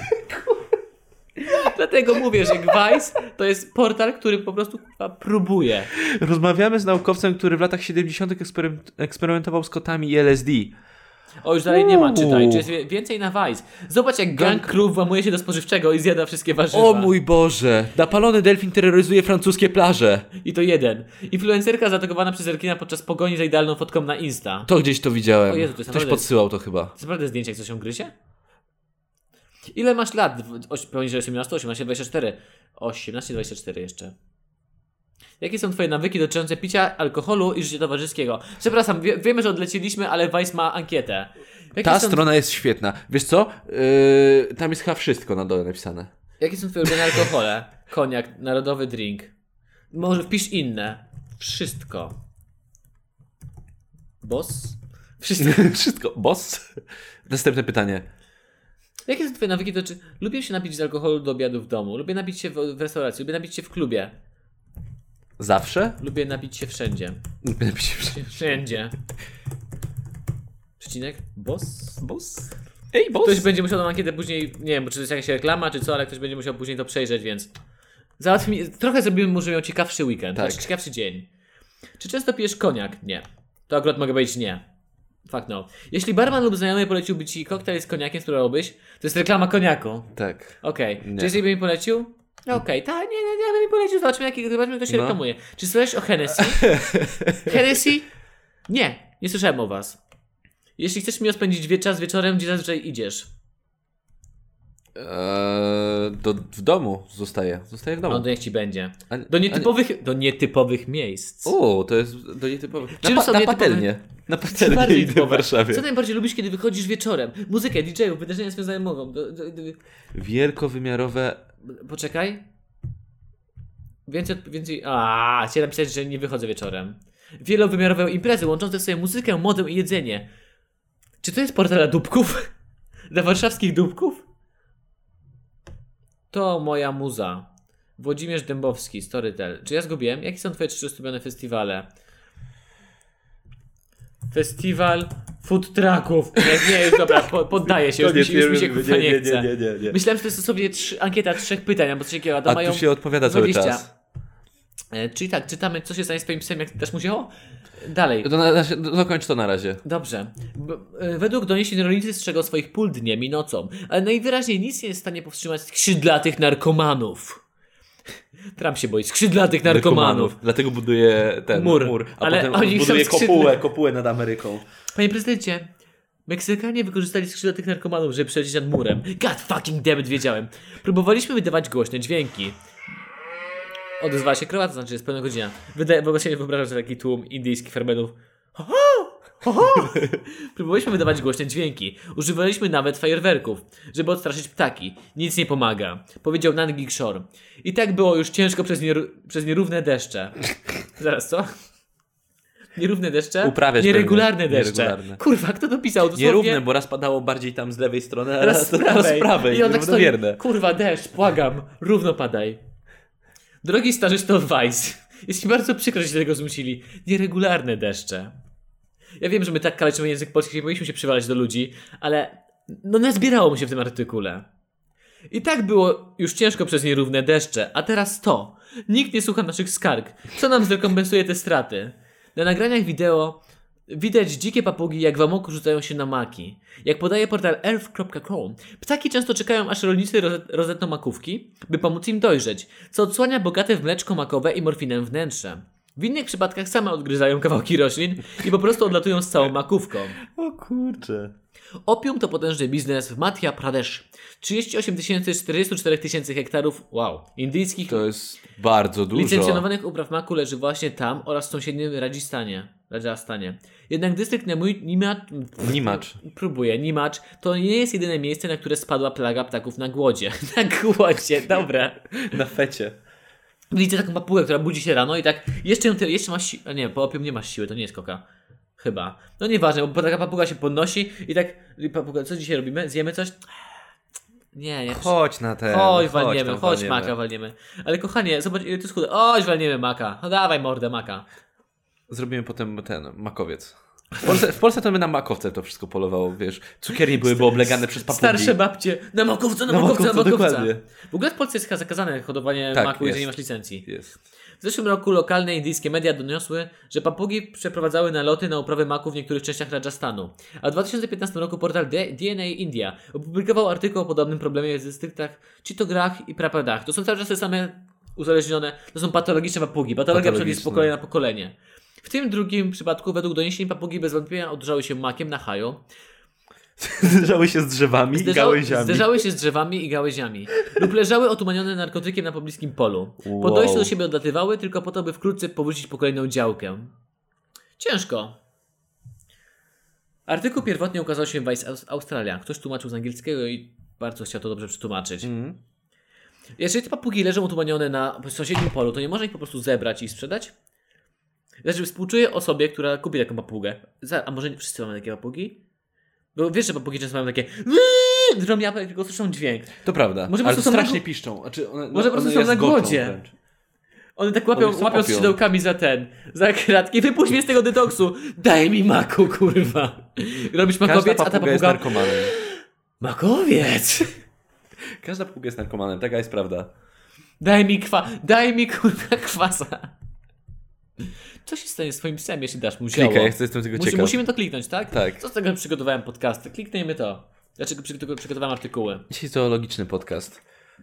Dlatego mówię, że Vice to jest portal, który po prostu kurwa, próbuje. Rozmawiamy z naukowcem, który w latach siedemdziesiątych eksperyment- eksperymentował z kotami i L S D. O, już dalej nie ma, czytaj. Uuu. Czy jest wie- więcej na Vice. Zobacz, jak gang krów włamuje się do spożywczego i zjada wszystkie warzywa. O mój Boże! Napalony delfin terroryzuje francuskie plaże. I to jeden. Influencerka zaatakowana przez rekina podczas pogoni za idealną fotką na Insta. To gdzieś to widziałem. O Jezu, to jest Ktoś naprawdę- podsyłał to chyba. To jest naprawdę zdjęcie, jak coś się gryzie? Ile masz lat? Oś- Poniżej osiemnaście, osiemnaście, dwadzieścia cztery. osiemnaście, dwadzieścia cztery jeszcze. Jakie są twoje nawyki dotyczące picia, alkoholu i życia towarzyskiego? Przepraszam, wie, wiemy, że odleciliśmy, ale Vice ma ankietę. Jakie Ta są, strona jest świetna. Wiesz co? Yy, tam jest chyba wszystko na dole napisane. Jakie są twoje ulubione alkohole? Koniak, narodowy drink. Może wpisz inne. Wszystko. Boss? Wszystko. Wszystko. Boss? Następne pytanie. Jakie są twoje nawyki dotyczące... Lubię się napić z alkoholu do obiadu w domu. Lubię napić się w, w restauracji. Lubię napić się w klubie. Zawsze? Lubię napić się wszędzie. Wszędzie. Przecinek? Boss? Boss? Ej, boss? Ktoś będzie musiał tą ankietę później, nie wiem, czy to jest jakaś reklama, czy co, ale ktoś będzie musiał później to przejrzeć, więc załatw mi, trochę zrobimy mu, żeby miał ciekawszy weekend, Tak. znaczy ciekawszy dzień. Czy często pijesz koniak? Nie. To akurat mogę powiedzieć nie. Fuck no. Jeśli barman lub znajomy poleciłby ci koktajl z koniakiem, spróbowałbyś, to jest reklama koniaku. Tak. Okej. Nie. Czy jeśli by mi polecił? Okej, tak, nie, nie, nie, by mi polecił, zobaczmy, jaki, zobaczmy, kto się No. reklamuje. Czy słyszałeś o Hennessy? Hennessy? Nie, nie słyszałem o was. Jeśli chcesz miło spędzić wie- czas wieczorem, gdzie zazwyczaj idziesz? Eee, do, w domu zostaje. Zostaje w domu. No to niech ci będzie. A- Do nietypowych, do nietypowych miejsc. O, to jest do nietypowych. Czym na, są na nietypowe- patelnię. Na Co patelnię bardziej idę w typowe? Warszawie. Co najbardziej lubisz, kiedy wychodzisz wieczorem? Muzykę, D J ów, wydarzenia związane mową. Do, do, do... Wielkowymiarowe. Poczekaj. Więcej, więcej... A, chciałem napisać, że nie wychodzę wieczorem. Wielowymiarowe imprezy łączące w sobie muzykę, modę i jedzenie. Czy to jest portal dla dupków? Dla warszawskich dupków? To moja muza. Włodzimierz Dębowski, Storytel. Czy ja zgubiłem? Jakie są twoje trzy ulubione festiwale? Festiwal food trucków. Nie, nie, już dobra, po, poddaję się, już mi się, już mi się kurwa nie chce. nie, nie, nie. Myślałem, że to jest sobie trzy, ankieta trzech pytań, albo coś takiego, a to A mają tu się odpowiada cały dwadzieścia. czas. E, czyli tak, czytamy, co się stanie z twoim psem, jak dasz mu zioło? Dalej. To na, na, dokończ to na razie. Dobrze. B- e, według doniesień rolnicy strzegą swoich pól dniem i nocą, ale najwyraźniej nic nie jest w stanie powstrzymać skrzydlatych narkomanów. Trump się boi skrzydlatych narkomanów. Dlatego buduje ten Mur. mur, a Ale potem oni buduje są skrzydle- kopułę, kopułę nad Ameryką. Panie prezydencie, Meksykanie wykorzystali skrzydlatych narkomanów, żeby przelecieć nad murem. God fucking damn it, wiedziałem. Próbowaliśmy wydawać głośne dźwięki. Odezwała się krowa, to znaczy jest pełna godzina. Wydaje, bo się nie wyobrażam, że taki tłum indyjskich fermenów. Ho, ho, ho, ho. Próbowaliśmy wydawać głośne dźwięki. Używaliśmy nawet fajerwerków, żeby odstraszyć ptaki. Nic nie pomaga, powiedział Nangik Shore. I tak było już ciężko przez, nieró- przez nierówne deszcze. Zaraz, co? Nierówne deszcze? Uprawiać Nieregularne pewnie. deszcze. Nieregularne. Kurwa, kto to pisał? Dosłownie... Nierówne, bo raz padało bardziej tam z lewej strony, a Raz raz, z raz prawej. z prawej. I on tak stoi, Równomierne. kurwa deszcz, błagam, równo padaj. Drogi starzysto Vice, jest mi bardzo przykro, że się do tego zmusili. Nieregularne deszcze. Ja wiem, że my tak kaleczymy język polski, nie powinniśmy się przywalać do ludzi, ale no nazbierało mi się w tym artykule. I tak było już ciężko przez nierówne deszcze, a teraz to. Nikt nie słucha naszych skarg. Co nam zrekompensuje te straty? Na nagraniach wideo widać dzikie papugi, jak w amoku rzucają się na maki. Jak podaje portal elf kropka com, ptaki często czekają, aż rolnicy roz- rozetną makówki, by pomóc im dojrzeć, co odsłania bogate w mleczko makowe i morfinę wnętrze. W innych przypadkach same odgryzają kawałki roślin i po prostu odlatują z całą makówką. O kurczę. Opium to potężny biznes w Madhya Pradesh. trzydzieści osiem tysięcy czterdzieści cztery tysięcy hektarów, wow, indyjskich To jest bardzo dużo. licencjonowanych upraw maku leży właśnie tam oraz w sąsiednim Rajasthanie. Rajasthanie. Jednak dystrykt Nemui- Nimacz... Nimacz. Próbuję. Nimacz to nie jest jedyne miejsce, na które spadła plaga ptaków na głodzie. Na głodzie, dobra. Na fecie. Widzicie taką papugę, która budzi się rano i tak jeszcze ją tyle, jeszcze masz siłę. Nie, po opium nie masz siły, to nie jest koka. Chyba. No nieważne, bo taka papuga się podnosi i tak, i papuga, co dzisiaj robimy? Zjemy coś? Nie, nie. Chodź na ten. Chodź, walniemy, tam chodź walniemy. maka, walniemy. Ale kochanie, zobacz ile to jest chude. Chodź, walniemy maka. No dawaj mordę maka. Zrobimy potem ten makowiec. W Polsce, w Polsce to by na makowce to wszystko polowało, wiesz. Cukiernie byłyby oblegane przez papugi. Starsze babcie, na makowca, na, Na makowca, na makowca, makowca. dokładnie. W ogóle w Polsce jest chyba zakazane hodowanie Tak, maku, jest. jeżeli nie masz licencji. Jest. W zeszłym roku lokalne indyjskie media doniosły, że papugi przeprowadzały naloty na uprawy maku w niektórych częściach Rajasthanu. A w dwa tysiące piętnastym roku portal D- D N A India opublikował artykuł o podobnym problemie w dystriktach Chittagong i Prapadach. To są cały czas te same uzależnione, to są patologiczne papugi. Patologia przechodzi z pokolenia na pokolenie. W tym drugim przypadku według doniesień papugi bez wątpienia odrzały się makiem na haju. Zderzały się z drzewami i Zderzały, gałęziami. zderzały się z drzewami i gałęziami. Lub leżały otumanione narkotykiem na pobliskim polu. Po Wow. dojściu do siebie odlatywały tylko po to, by wkrótce powrócić po kolejną działkę. Ciężko. Artykuł pierwotnie ukazał się w Vice Aus- Australia. Ktoś tłumaczył z angielskiego i bardzo chciał to dobrze przetłumaczyć. Mhm. Jeżeli te papugi leżą otumanione na sąsiednim polu, to nie można ich po prostu zebrać i sprzedać? Znaczy współczuję osobie, która kupi taką papugę. Za- A może nie wszyscy mamy takie papugi? Bo wiesz, że papugi często mają takie drą jak tylko słyszą dźwięk. To prawda, Może po ale prostu są strasznie na gó- piszczą. Znaczy one, Może po prostu one są je na zgorczą głodzie. wręcz. One tak łapią, One są łapią opią. skrzydełkami za ten, za kratki. Wypuść mnie z tego detoksu. Daj mi maku, kurwa. Robisz Każda makowiec, a ta papuga jest papuga... narkomanem. Makowiec. Każda papuga jest narkomanem, taka jest prawda. Daj mi kwa... Daj mi, kurwa, kwasa. Co się stanie z twoim psem, jeśli dasz mu zioło? Klikaj, ja chcę jestem tego Musi, ciekaw. musimy to kliknąć, tak? Tak. Co z tego, że przygotowałem podcasty? Kliknijmy to. Dlaczego przygotow- przygotowałem artykuły? Dzisiaj zoologiczny podcast.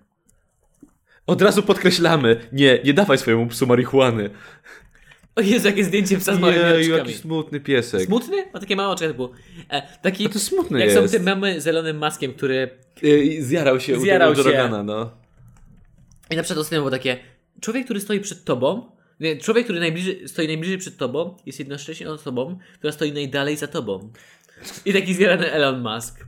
Od razu podkreślamy, nie, nie dawaj swojemu psu marihuany. O Jezu, jakie zdjęcie psa z małymi Jeju, oczkami. jaki smutny piesek. Smutny? Ma takie małe oczy typu. E, taki, No to smutny jak jest. są te memy z zielonym maskiem, który... Yy, zjarał się Zjarał u tego się. Rogana, no. I na przykład ostatnio było takie... Człowiek, który stoi przed tobą... Nie, człowiek, który najbliżej, stoi najbliżej przed tobą, jest jednocześnie osobą, która stoi najdalej za tobą. I taki zjarany Elon Musk.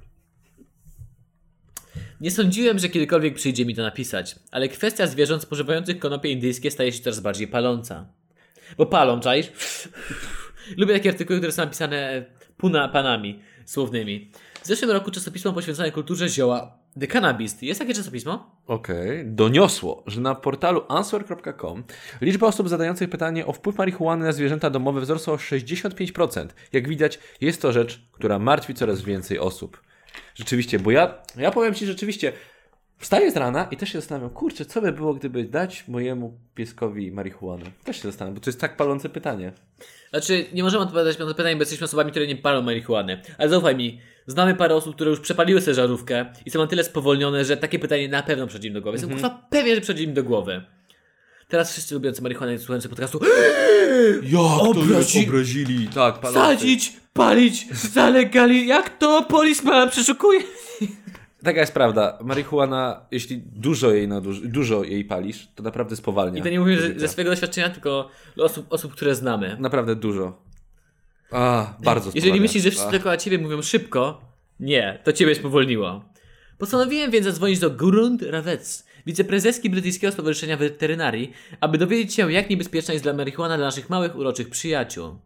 Nie sądziłem, że kiedykolwiek przyjdzie mi to napisać, ale kwestia zwierząt spożywających konopie indyjskie staje się coraz bardziej paląca. Bo palą, czaisz? Lubię takie artykuły, które są napisane puna panami słownymi. W zeszłym roku czasopismo poświęcone kulturze zioła The Cannabis. Jest takie czasopismo? Okej. Doniosło, że na portalu answer kropka com liczba osób zadających pytanie o wpływ marihuany na zwierzęta domowe wzrosła o sześćdziesiąt pięć procent. Jak widać, jest to rzecz, która martwi coraz więcej osób. Rzeczywiście, bo ja, ja powiem Ci rzeczywiście, wstaję z rana i też się zastanawiam, kurczę, co by było, gdyby dać mojemu pieskowi marihuanę? Też się zastanawiam, bo to jest tak palące pytanie. Znaczy, nie możemy odpowiadać na to pytanie, bo jesteśmy osobami, które nie palą marihuany. Ale zaufaj mi, znamy parę osób, które już przepaliły sobie żarówkę i są na tyle spowolnione, że takie pytanie na pewno przychodzi im do głowy. Jestem Mhm. kurwa pewien, że przychodzi im do głowy. Teraz wszyscy lubiący marihuanę i słuchający podcastu Jak Obrazi- obrazili? Tak, palący. sadzić, palić, zalegali, jak to policeman przeszukuje. Taka jest prawda. Marihuana, jeśli dużo jej, naduż- dużo jej palisz, to naprawdę spowalnia. I to nie mówię że życie. ze swojego doświadczenia, tylko osób, osób które znamy. Naprawdę dużo. A, bardzo Jeżeli spowalnia. myślisz, że wszyscy A. dookoła ciebie mówią szybko, nie, to ciebie spowolniło. Postanowiłem więc zadzwonić do Gurund Rawec, wiceprezeski brytyjskiego Stowarzyszenia Weterynarii, aby dowiedzieć się, jak niebezpieczna jest dla marihuana dla naszych małych, uroczych przyjaciół.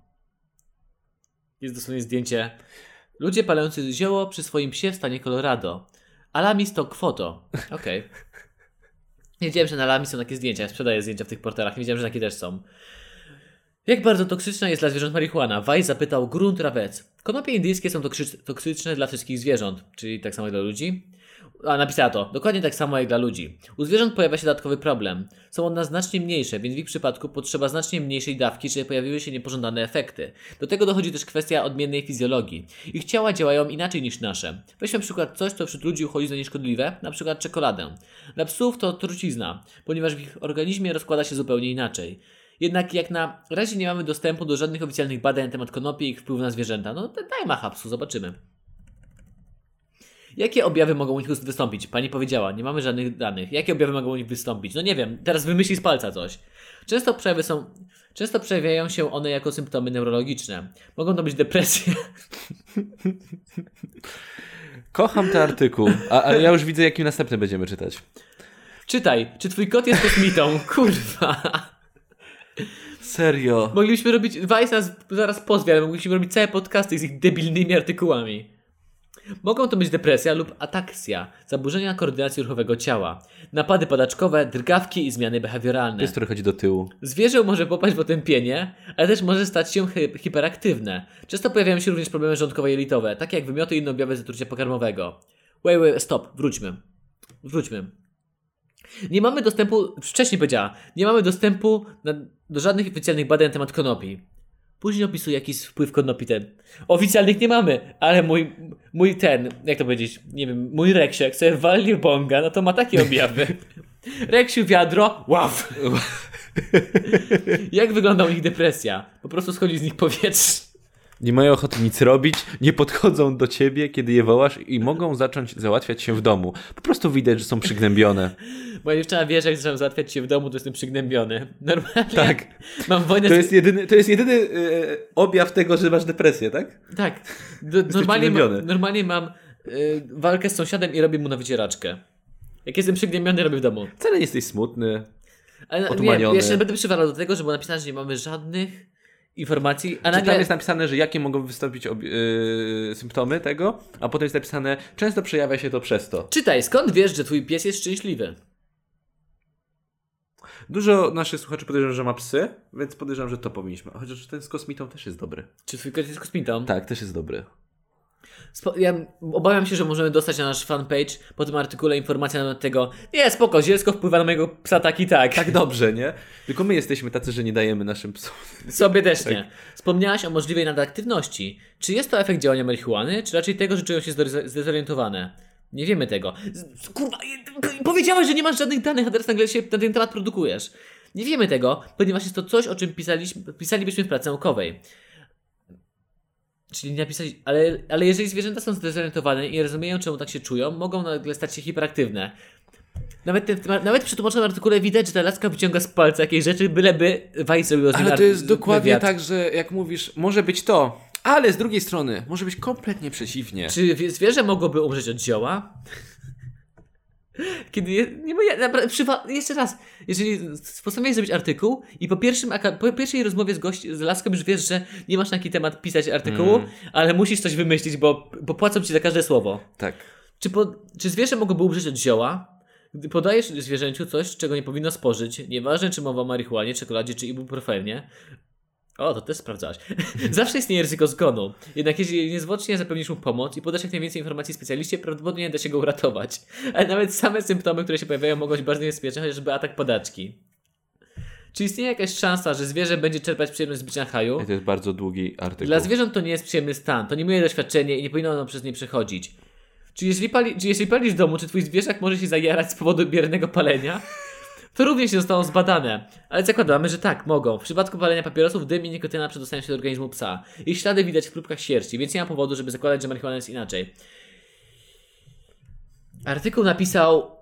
Jest dosłownie zdjęcie. Ludzie palący zioło przy swoim psie w stanie Colorado. Alami stock photo. Okej. Nie wiedziałem, że na Alami są takie zdjęcia. Ja sprzedaję zdjęcia w tych portalach. Nie wiedziałem, że takie też są. Jak bardzo toksyczna jest dla zwierząt marihuana? Weiss zapytał Grunt Rawec. Konopie indyjskie są toksycz- toksyczne dla wszystkich zwierząt, czyli tak samo jak dla ludzi. A napisała to, dokładnie tak samo jak dla ludzi. U zwierząt pojawia się dodatkowy problem. Są one znacznie mniejsze, więc w ich przypadku potrzeba znacznie mniejszej dawki, żeby pojawiły się niepożądane efekty. Do tego dochodzi też kwestia odmiennej fizjologii. Ich ciała działają inaczej niż nasze. Weźmy na przykład coś, co wśród ludzi uchodzi za nieszkodliwe, na przykład czekoladę. Dla psów to trucizna, ponieważ w ich organizmie rozkłada się zupełnie inaczej. Jednak jak na razie nie mamy dostępu do żadnych oficjalnych badań na temat konopi i ich wpływu na zwierzęta, no to daj macha psu, zobaczymy. Jakie objawy mogą u nich wystąpić? Pani powiedziała, nie mamy żadnych danych. Jakie objawy mogą u nich wystąpić? No nie wiem, teraz wymyśli z palca coś. Często przejawy są... Często przejawiają się one jako symptomy neurologiczne. Mogą to być depresje. Kocham ten artykuł, a, ale ja już widzę, jaki następny będziemy czytać. Czytaj, czy twój kot jest kosmitą? Kurwa. Serio. Moglibyśmy robić... Vice nas zaraz pozwie, ale moglibyśmy robić całe podcasty z ich debilnymi artykułami. Mogą to być depresja lub ataksja, zaburzenia koordynacji ruchowego ciała, napady padaczkowe, drgawki i zmiany behawioralne. To jest, który chodzi do tyłu. Zwierzę może popaść w otępienie, ale też może stać się hi- hiperaktywne. Często pojawiają się również problemy żołądkowo-jelitowe, takie jak wymioty i inne objawy zatrucia pokarmowego. Wait, wait, stop, wróćmy. Wróćmy. Nie mamy dostępu, wcześniej powiedziała, nie mamy dostępu na, do żadnych oficjalnych badań na temat konopi. Później opisuje jakiś wpływ konopi ten. Oficjalnych nie mamy, ale mój, mój ten, jak to powiedzieć, nie wiem, mój Reksiek sobie wali bonga, no to ma takie objawy. Reksiu wiadro, ław. Jak wygląda u nich depresja? Po prostu schodzi z nich powietrze. Nie mają ochoty nic robić, nie podchodzą do ciebie, kiedy je wołasz i mogą zacząć załatwiać się w domu. Po prostu widać, że są przygnębione. Moja dziewczyna wie, że jak zaczynam załatwiać się w domu, to jestem przygnębiony. Normalnie Tak. mam wojnę To z... jest jedyny, to jest jedyny e, objaw tego, że masz depresję, tak? Tak. Do, normalnie, ma, przygnębiony. normalnie mam y, walkę z sąsiadem i robię mu na wycieraczkę. Jak jestem przygnębiony, robię w domu. Wcale nie jesteś smutny. Ale nie, Otumaniony. jeszcze będę przywalał do tego, że było napisane, że nie mamy żadnych informacji, a Czy nagle... tam jest napisane, że jakie mogą wystąpić ob- yy, symptomy tego, a potem jest napisane, często przejawia się to przez to. Czytaj, skąd wiesz, że twój pies jest szczęśliwy? Dużo naszych słuchaczy podejrzewam, że ma psy, więc podejrzewam, że to powinniśmy. Chociaż ten z kosmitą też jest dobry. Czy twój kot jest kosmitą? Tak, też jest dobry. Spo- ja obawiam się, że możemy dostać na nasz fanpage po tym artykule informację na temat tego, nie, spoko, zielsko wpływa na mojego psa tak i tak. Tak dobrze, nie? Tylko my jesteśmy tacy, że nie dajemy naszym psom. Sobie też nie. Wspomniałaś o możliwej nadaktywności. Czy jest to efekt działania marihuany, czy raczej tego, że czują się zdez- zdezorientowane? Nie wiemy tego. Z- Kurwa, i- powiedziałeś, że nie masz żadnych danych, a teraz nagle się na ten temat produkujesz. Nie wiemy tego, ponieważ jest to coś, o czym pisaliśmy, pisalibyśmy w pracy naukowej. Czyli nie napisali, ale, ale jeżeli zwierzęta są zdezorientowane i nie rozumieją, czemu tak się czują, mogą nagle stać się hiperaktywne. Nawet, ten, nawet w przetłumaczonym artykule widać, że ta laska wyciąga z palca jakieś rzeczy, byleby Vice zrobił z nim Ale to jest ar- dokładnie wywiad. tak, że jak mówisz, może być to, ale z drugiej strony może być kompletnie przeciwnie. Czy wie- zwierzę mogłoby umrzeć od zioła? Kiedy je, nie ma, ja, naprawdę, przywa- jeszcze raz, jeżeli postanowiłeś zrobić artykuł i po, pierwszym, aka- po pierwszej rozmowie z, gości, z laską już wiesz, że nie masz na jaki temat pisać artykułu, Mm. ale musisz coś wymyślić, bo, bo płacą ci za każde słowo. Tak. Czy, po, czy zwierzę mogłoby umrzeć od zioła? Gdy podajesz zwierzęciu coś, czego nie powinno spożyć, nieważne czy mowa o marihuanie, czekoladzie czy ibuprofenie, o, to też sprawdzałaś. Zawsze istnieje ryzyko zgonu. Jednak jeśli niezwłocznie zapewnisz mu pomoc i podasz jak najwięcej informacji specjaliście, prawdopodobnie da się go uratować. Ale nawet same symptomy, które się pojawiają, mogą być bardzo niebezpieczne, chociażby atak padaczki. Czy istnieje jakaś szansa, że zwierzę będzie czerpać przyjemność z bycia na haju? I to jest bardzo długi artykuł. Dla zwierząt to nie jest przyjemny stan, to nie moje doświadczenie i nie powinno ono przez nie przechodzić. Czy jeśli, pali, czy jeśli palisz w domu, czy twój zwierzak może się zajarać z powodu biernego palenia? To również nie zostało zbadane, ale zakładamy, że tak, mogą. W przypadku palenia papierosów dym i nikotyna przedostają się do organizmu psa. Ich ślady widać w próbkach sierści, więc nie ma powodu, żeby zakładać, że marihuana jest inaczej. Artykuł napisał...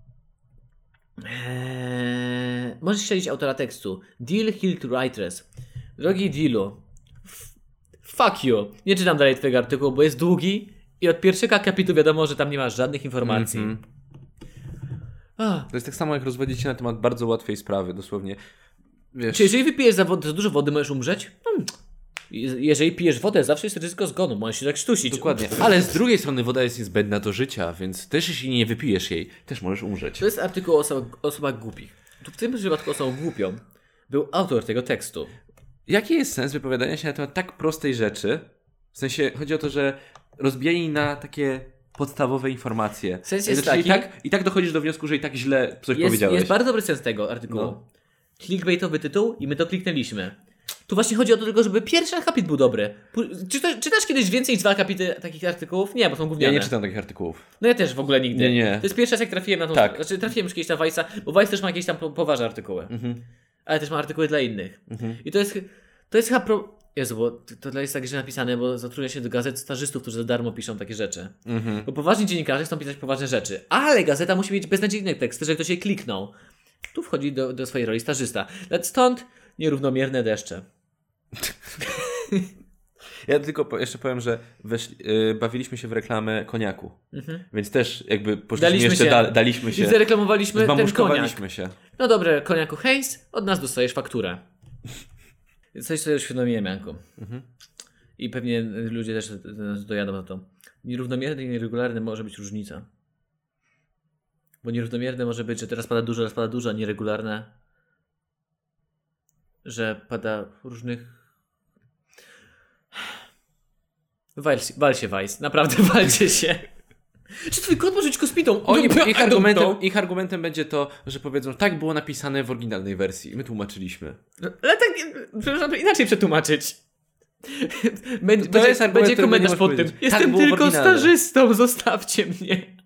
Eee... Możesz śledzić autora tekstu. Deal Hilt Writers. Drogi Dealu, f- fuck you. Nie czytam dalej twojego artykułu, bo jest długi i od pierwszego akapitu wiadomo, że tam nie masz żadnych informacji. Mhm. Ah. To jest tak samo jak rozwodzić się na temat bardzo łatwej sprawy, dosłownie. Wiesz, Czy jeżeli wypijesz za, wod- za dużo wody, możesz umrzeć? Hmm. Je- Jeżeli pijesz wodę, zawsze jest ryzyko zgonu, możesz się tak sztusić. dokładnie. Ale z drugiej strony woda jest niezbędna do życia, więc też jeśli nie wypijesz jej, też możesz umrzeć. To jest artykuł o osobach, osobach głupich. Tu w tym przypadku osobą głupią był autor tego tekstu. Jaki jest sens wypowiadania się na temat tak prostej rzeczy? W sensie, chodzi o to, że rozbijanie na takie podstawowe informacje. Sens jest Znaczy, taki- i, tak, I tak dochodzisz do wniosku, że i tak źle coś Jest, powiedziałeś. jest bardzo dobry sens tego artykułu. No. Clickbaitowy tytuł i my to kliknęliśmy. Tu właśnie chodzi o to tylko, żeby pierwszy akapit był dobry. Pu- Czy to, czytasz kiedyś więcej niż dwa akapity takich artykułów? Nie, bo są Ja gówniane. nie czytam takich artykułów. No ja też w ogóle nigdy. Nie, nie. To jest pierwszy raz jak trafiłem na tą... Tak. Znaczy trafiłem już kiedyś na Vice'a, bo Vice też ma jakieś tam po- poważne artykuły. Mhm. Ale też ma artykuły dla innych. I to jest, to jest chyba... Pro... Jezu, bo to to jest tak źle napisane, bo zatrudnia się do gazet stażystów, którzy za darmo piszą takie rzeczy. Mhm. Bo poważni dziennikarze chcą pisać poważne rzeczy, ale gazeta musi mieć beznadziejne teksty, żeby ktoś się kliknął. Tu wchodzi do, do swojej roli stażysta. Stąd nierównomierne deszcze. Ja tylko po, jeszcze powiem, że weszli, yy, bawiliśmy się w reklamę koniaku. Mhm. Więc też jakby poszliśmy Daliśmy jeszcze się. da, daliśmy I się. zareklamowaliśmy ten koniak. Zmamuszkowaliśmy się. No dobre, koniaku Heinz, od nas dostajesz fakturę. Coś sobie uświadomiłem, Janku. Mhm. I pewnie ludzie też dojadą na to. Nierównomierne i nieregularne może być różnica. Bo nierównomierne może być, że teraz pada dużo, raz pada dużo, a nieregularne, że pada w różnych... Wal, wal się, Weiss. Naprawdę walcie się. Czy twój kot może być kosmitą? Oni, No, ich, argumentem, ich argumentem będzie to, że powiedzą, tak było napisane w oryginalnej wersji. I my tłumaczyliśmy. Ale tak, przepraszam, to inaczej przetłumaczyć. Będzie, To jest argument, będzie który komentarz nie pod możesz tym. powiedzieć. Jestem Tak było w tylko oryginale. stażystą, zostawcie mnie.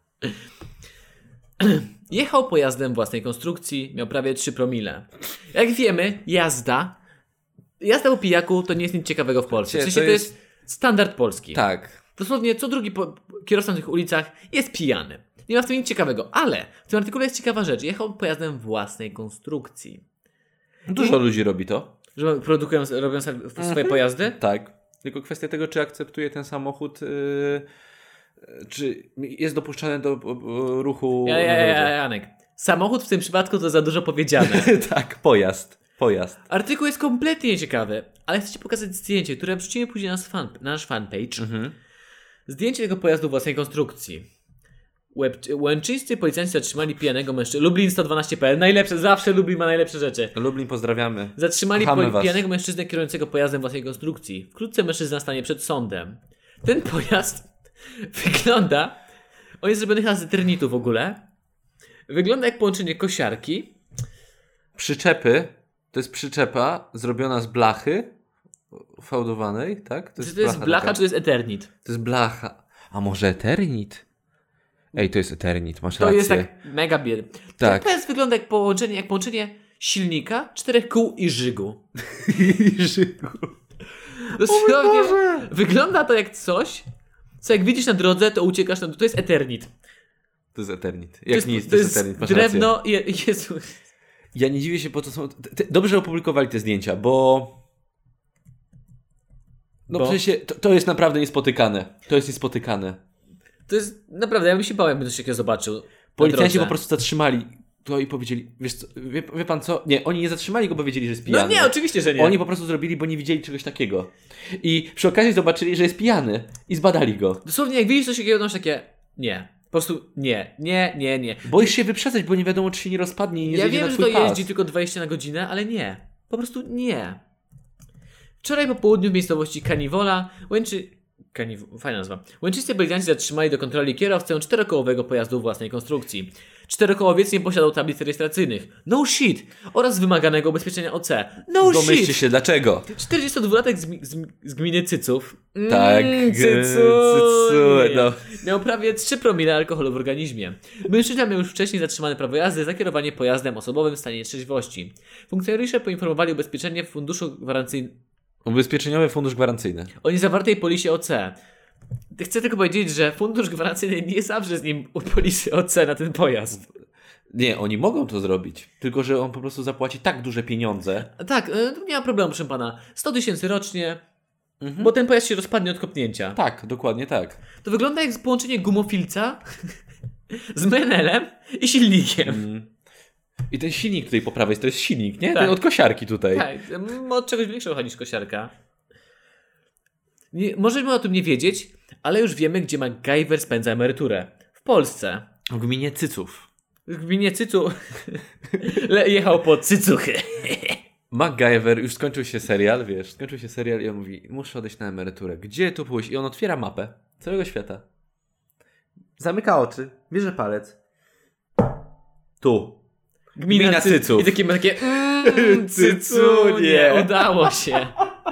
Jechał pojazdem własnej konstrukcji, miał prawie trzy promile. Jak wiemy, jazda jazda po pijaku to nie jest nic ciekawego w Polsce. W Wiecie, sensie to to jest standard polski. Tak. Dosłownie co drugi po, kierowca na tych ulicach jest pijany. Nie ma w tym nic ciekawego, ale w tym artykule jest ciekawa rzecz. Jechał pojazdem własnej konstrukcji. Dużo ludzi robi to. Że produkują, robią sobie swoje pojazdy? Tak. Tylko kwestia tego, czy akceptuje ten samochód, yy, czy jest dopuszczany do yy, ruchu. Ja, ja, ja, ja, Janek. Samochód w tym przypadku to za dużo powiedziane. Tak, pojazd. Pojazd. Artykuł jest kompletnie nieciekawy, ale chcę ci pokazać zdjęcie, które wrzucimy później na nasz, fan, na nasz fanpage. Mhm. Zdjęcie tego pojazdu własnej konstrukcji. Łeb, łęczyńscy policjanci zatrzymali pijanego mężczyznę. Lublin sto dwanaście kropka p l. Najlepsze, zawsze Lublin ma najlepsze rzeczy. Lublin, pozdrawiamy. Zatrzymali Kochamy po, was. pijanego mężczyznę kierującego pojazdem własnej konstrukcji. Wkrótce mężczyzna stanie przed sądem. Ten pojazd wygląda... On jest zrobiony chyba z eternitu w ogóle. Wygląda jak połączenie kosiarki. Przyczepy. To jest przyczepa zrobiona z blachy fałdowanej, tak? Czy to jest blacha, taka. czy to jest eternit? To jest blacha. A może eternit? Ej, to jest eternit, masz To rację. jest tak mega biedny. Tak. Ten pojazd wygląda jak połączenie, jak połączenie silnika, czterech kół i żygu. Dosłownie wygląda to jak coś, co jak widzisz na drodze, to uciekasz na... To jest eternit. To jest eternit. Jak To jest, nic, to, to jest jest eternit, masz rację. drewno i... Jezu. Ja nie dziwię się, bo to są... Te, dobrze opublikowali te zdjęcia, bo... No Bo? w sensie, to, to jest naprawdę niespotykane. To jest niespotykane. To jest... Naprawdę, ja bym się bał, jakbym coś takiego zobaczył. na Policjanci drodze. po prostu zatrzymali to i powiedzieli, wiesz co, wie, wie pan co? Nie, oni nie zatrzymali go, bo wiedzieli, że jest pijany. No nie, oczywiście, że nie. Oni po prostu zrobili, bo nie widzieli czegoś takiego. I przy okazji zobaczyli, że jest pijany i zbadali go. Dosłownie jak widzisz coś takiego, to masz takie... Nie. Po prostu nie, nie, nie, nie. Boisz się wyprzedzać, bo nie wiadomo, czy się nie rozpadnie i nie Ja zjedzie wiem, na że twój to pas. jeździ tylko dwadzieścia na godzinę, ale nie. Po prostu nie. Wczoraj po południu w miejscowości Kaniwola Łęczy... Kaniw... Fajna nazwa. Łęczyscy policjanci zatrzymali do kontroli kierowcę czterokołowego pojazdu własnej konstrukcji. Czterokołowiec nie posiadał tablic rejestracyjnych. No shit! Oraz wymaganego ubezpieczenia O C. No Domyślcie shit! się, dlaczego? czterdziestodwulatek z, mi- z, mi- z gminy Cyców. Mm, Tak, Cycu, cycu, nie. no. Miał prawie trzy promile alkoholu w organizmie. Mężczyzna miał już wcześniej zatrzymane prawo jazdy za kierowanie pojazdem osobowym w stanie nietrzeźwości. Funkcjonariusze poinformowali ubezpieczenie w funduszu gwarancyjnym. Ubezpieczeniowy fundusz gwarancyjny. O niezawartej polisie O C. Chcę tylko powiedzieć, że fundusz gwarancyjny nie zawsze z nim u polisy O C na ten pojazd. Nie, oni mogą to zrobić. Tylko, że on po prostu zapłaci tak duże pieniądze. Tak, e, nie ma problemu, proszę pana. sto tysięcy rocznie, Mhm. bo ten pojazd się rozpadnie od kopnięcia. Tak, dokładnie tak. To wygląda jak połączenie gumofilca z menelem i silnikiem. Mm. I ten silnik tutaj po prawej, to jest silnik, nie? Tak. Ten od kosiarki tutaj. Tak, m, od czegoś większego niż kosiarka. Nie, możemy o tym nie wiedzieć, ale już wiemy, gdzie MacGyver spędza emeryturę. W Polsce. W gminie Cyców. W gminie Cycu Le- jechał po Cycuchy. MacGyver, już skończył się serial, wiesz, skończył się serial i on mówi, muszę odejść na emeryturę. Gdzie tu pójść? I on otwiera mapę całego świata. Zamyka oczy, bierze palec. Tu. Gmina, Gmina Cy- Cyców. I takie ma takie mm, Cycunie. Udało się.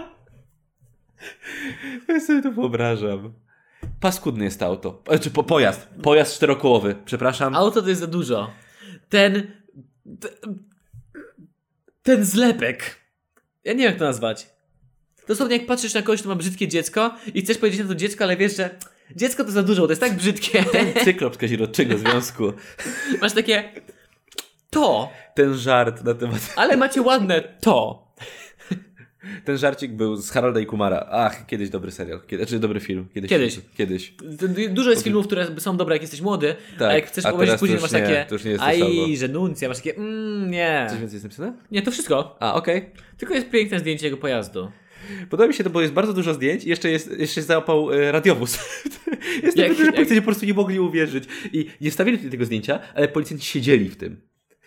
Ja sobie to wyobrażam. Paskudny jest to auto. Czy po, pojazd. Pojazd czterokołowy, przepraszam. Auto to jest za dużo. Ten... Ten, ten zlepek. Ja nie wiem jak to nazwać. Dosłownie jak patrzysz na kogoś, kto ma brzydkie dziecko i chcesz powiedzieć na to dziecko, ale wiesz, że dziecko to za dużo, to jest tak brzydkie. Ten cyklop kazirodczego związku. Masz takie to, Ten żart na temat... ale macie ładne to. Ten żarcik był z Harolda i Kumara. Ach, kiedyś dobry serial. Kiedy, znaczy dobry film. Kiedyś. Kiedyś. Kiedyś. Dużo jest filmów, które są dobre, jak jesteś młody, Tak, a jak chcesz a obejrzeć teraz później, to masz już nie, takie to już nie jest to samo. aj, żenuncja, masz takie mm, nie. Coś więcej jest napisane? Nie, to wszystko. A, okej. Tylko jest piękne zdjęcie jego pojazdu. Podoba mi się to, bo jest bardzo dużo zdjęć i jeszcze jest, jeszcze jest załapał e, radiowóz. jest Jak- tak, że jak- policjanci po prostu nie mogli uwierzyć. I nie wstawili tego zdjęcia, ale policjanci siedzieli w tym.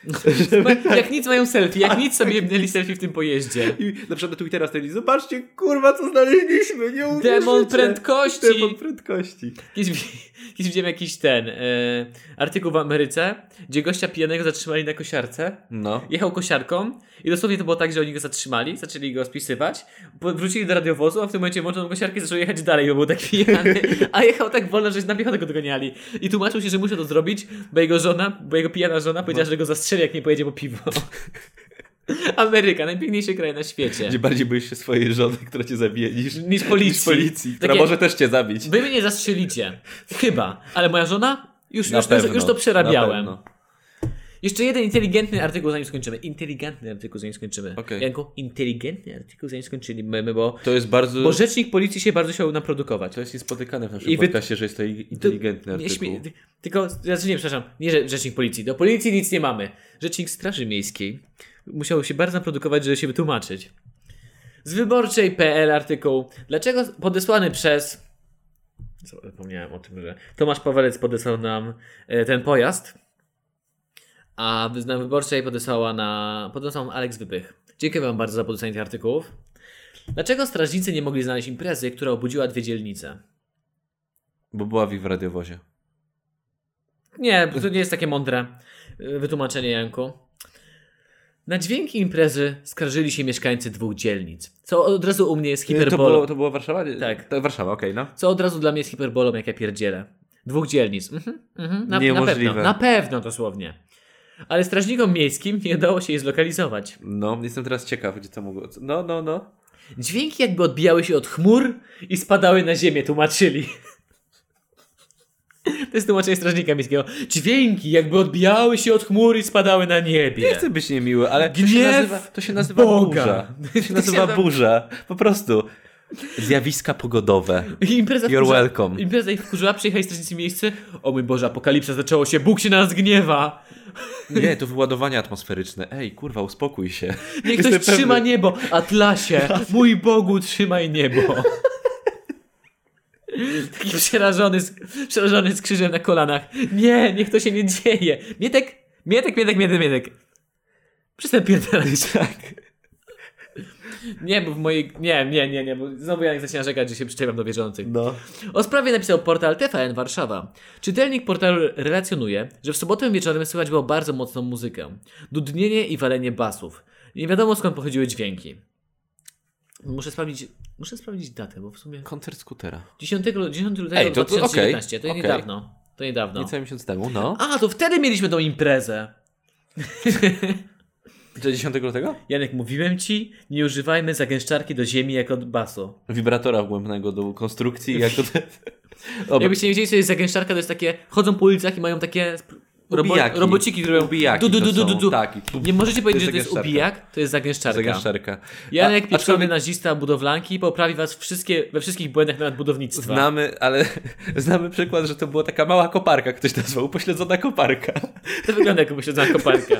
Jak nic mają selfie, jak nic sobie mieli selfie w tym pojeździe. I na przykład na Twittera stali, zobaczcie, kurwa, co znaleźliśmy, nie uwierzycie. Demon prędkości. Demon prędkości. Kiedyś, wi- kiedyś widziałem jakiś ten e, artykuł w Ameryce, gdzie gościa pijanego zatrzymali na kosiarce. No. Jechał kosiarką i dosłownie to było tak, że oni go zatrzymali, zaczęli go spisywać, po- wrócili do radiowozu, a w tym momencie włączono kosiarkę i zaczął jechać dalej, bo był tak pijany, a jechał tak wolno, że na piechotę go dogoniali. I tłumaczył się, że muszę to zrobić, bo jego żona, bo jego pijana żona powiedziała, że go zastrzeli, jak nie pojedzie po piwo. Ameryka, najpiękniejszy kraj na świecie. Gdzie bardziej boisz się swojej żony, która cię zabije, niż, Niż policji. niż policji, która Takie- może też cię zabić. Wy mnie nie zastrzelicie. Chyba. Ale moja żona? Już, Na już, pewno, już, już to na przerabiałem. pewno. Jeszcze jeden inteligentny artykuł, zanim skończymy. Inteligentny artykuł, zanim skończymy. Okej. Janku, inteligentny artykuł, zanim skończymy, bo, To jest bardzo... bo rzecznik policji się bardzo chciał naprodukować. To jest niespotykane w naszym I wy- podcaście, że jest to inteligentny Nie artykuł. śmie- ty- tylko, znaczy nie, przepraszam, nie że rzecznik policji. Do policji nic nie mamy. Rzecznik Straży Miejskiej musiał się bardzo naprodukować, żeby się wytłumaczyć. Z wyborczej kropka pe el artykuł. Dlaczego podesłany przez... Co, zapomniałem o tym, że Tomasz Pawelec podesłał nam e, ten pojazd, a na wyborczej podesłała na... podesłał nam Aleks Wypych. Dziękuję wam bardzo za podesłanie tych artykułów. Dlaczego strażnicy nie mogli znaleźć imprezy, która obudziła dwie dzielnice? Bo była w ich w radiowozie. Nie, to nie jest takie mądre y, wytłumaczenie, Janku. Na dźwięki imprezy skarżyli się mieszkańcy dwóch dzielnic. Co od razu u mnie jest To hiperbolą. było, to było Warszawa? Tak. To Warszawa, okej, no. Co od razu dla mnie jest hiperbolą, jak ja pierdzielę. Dwóch dzielnic. Mhm, mhm, na, na Niemożliwe. pewno. Na pewno dosłownie. Ale strażnikom miejskim nie udało się jej zlokalizować. No, jestem teraz ciekaw, gdzie to mogło... No, no, no. Dźwięki jakby odbijały się od chmur i spadały na ziemię, tłumaczyli. To jest tłumaczenie strażnika miejskiego. Dźwięki jakby odbijały się od chmur i spadały na niebie. Nie chcę być niemiły, ale to się Gniew nazywa, to się nazywa Boga. burza. To się nazywa burza. Po prostu. Zjawiska pogodowe. I impreza You're wkurza- welcome. Impreza ich wkurzyła, przyjechali strażnicy miejscy. O mój Boże, apokalipsa zaczęło się, Bóg się na nas gniewa. Nie, to wyładowanie atmosferyczne. Ej, kurwa, uspokój się. Niech ktoś Jestem trzyma pewny. niebo. Atlasie, mój Bogu, trzymaj niebo. Taki przerażony z, przerażony z krzyżem na kolanach. Nie, niech to się nie dzieje. Mietek, Mietek, Mietek, Mietek, Mietek. Przestań pierdalać. Tak. Nie, bo w mojej... Nie, nie, nie, nie, bo znowu Janek zaczyna narzekać, że się przyczepiam do wierzących. No. O sprawie napisał portal T V N Warszawa. Czytelnik portalu relacjonuje, że w sobotę wieczorem słychać było bardzo mocną muzykę. Dudnienie i walenie basów. Nie wiadomo skąd pochodziły dźwięki. Muszę sprawdzić, muszę sprawdzić datę, bo w sumie... Koncert skutera. dziesiątego, dziesiątego lutego Ej, to- to dwa tysiące dziewiętnastego. To, okej, niedawno. To niedawno. Niecały miesiąc temu, no. A, to wtedy mieliśmy tą imprezę. Czy dziesiątego lutego? Janek, mówiłem ci, nie używajmy zagęszczarki do ziemi jako basu. Wibratora wgłębnego do konstrukcji jako te... Dobra. Jakbyście nie wiedzieli, co jest zagęszczarka, to jest takie, chodzą po ulicach i mają takie robo, Ubijaki. robociki, które robią Ubijaki du, du, to du, du, du, są, du. tak, i tu- Nie możecie powiedzieć, to że to jest jest zagęszczarka. ubijak, to jest zagęszczarka. Zagęszczarka. Janek, A- pieprzony aczkolwiek nazista budowlanki, poprawi was wszystkie, we wszystkich błędach nawet budownictwa. Znamy, ale znamy przykład, że to była taka mała koparka, ktoś nazwał, upośledzona koparka. To wygląda jak upośledzona koparka.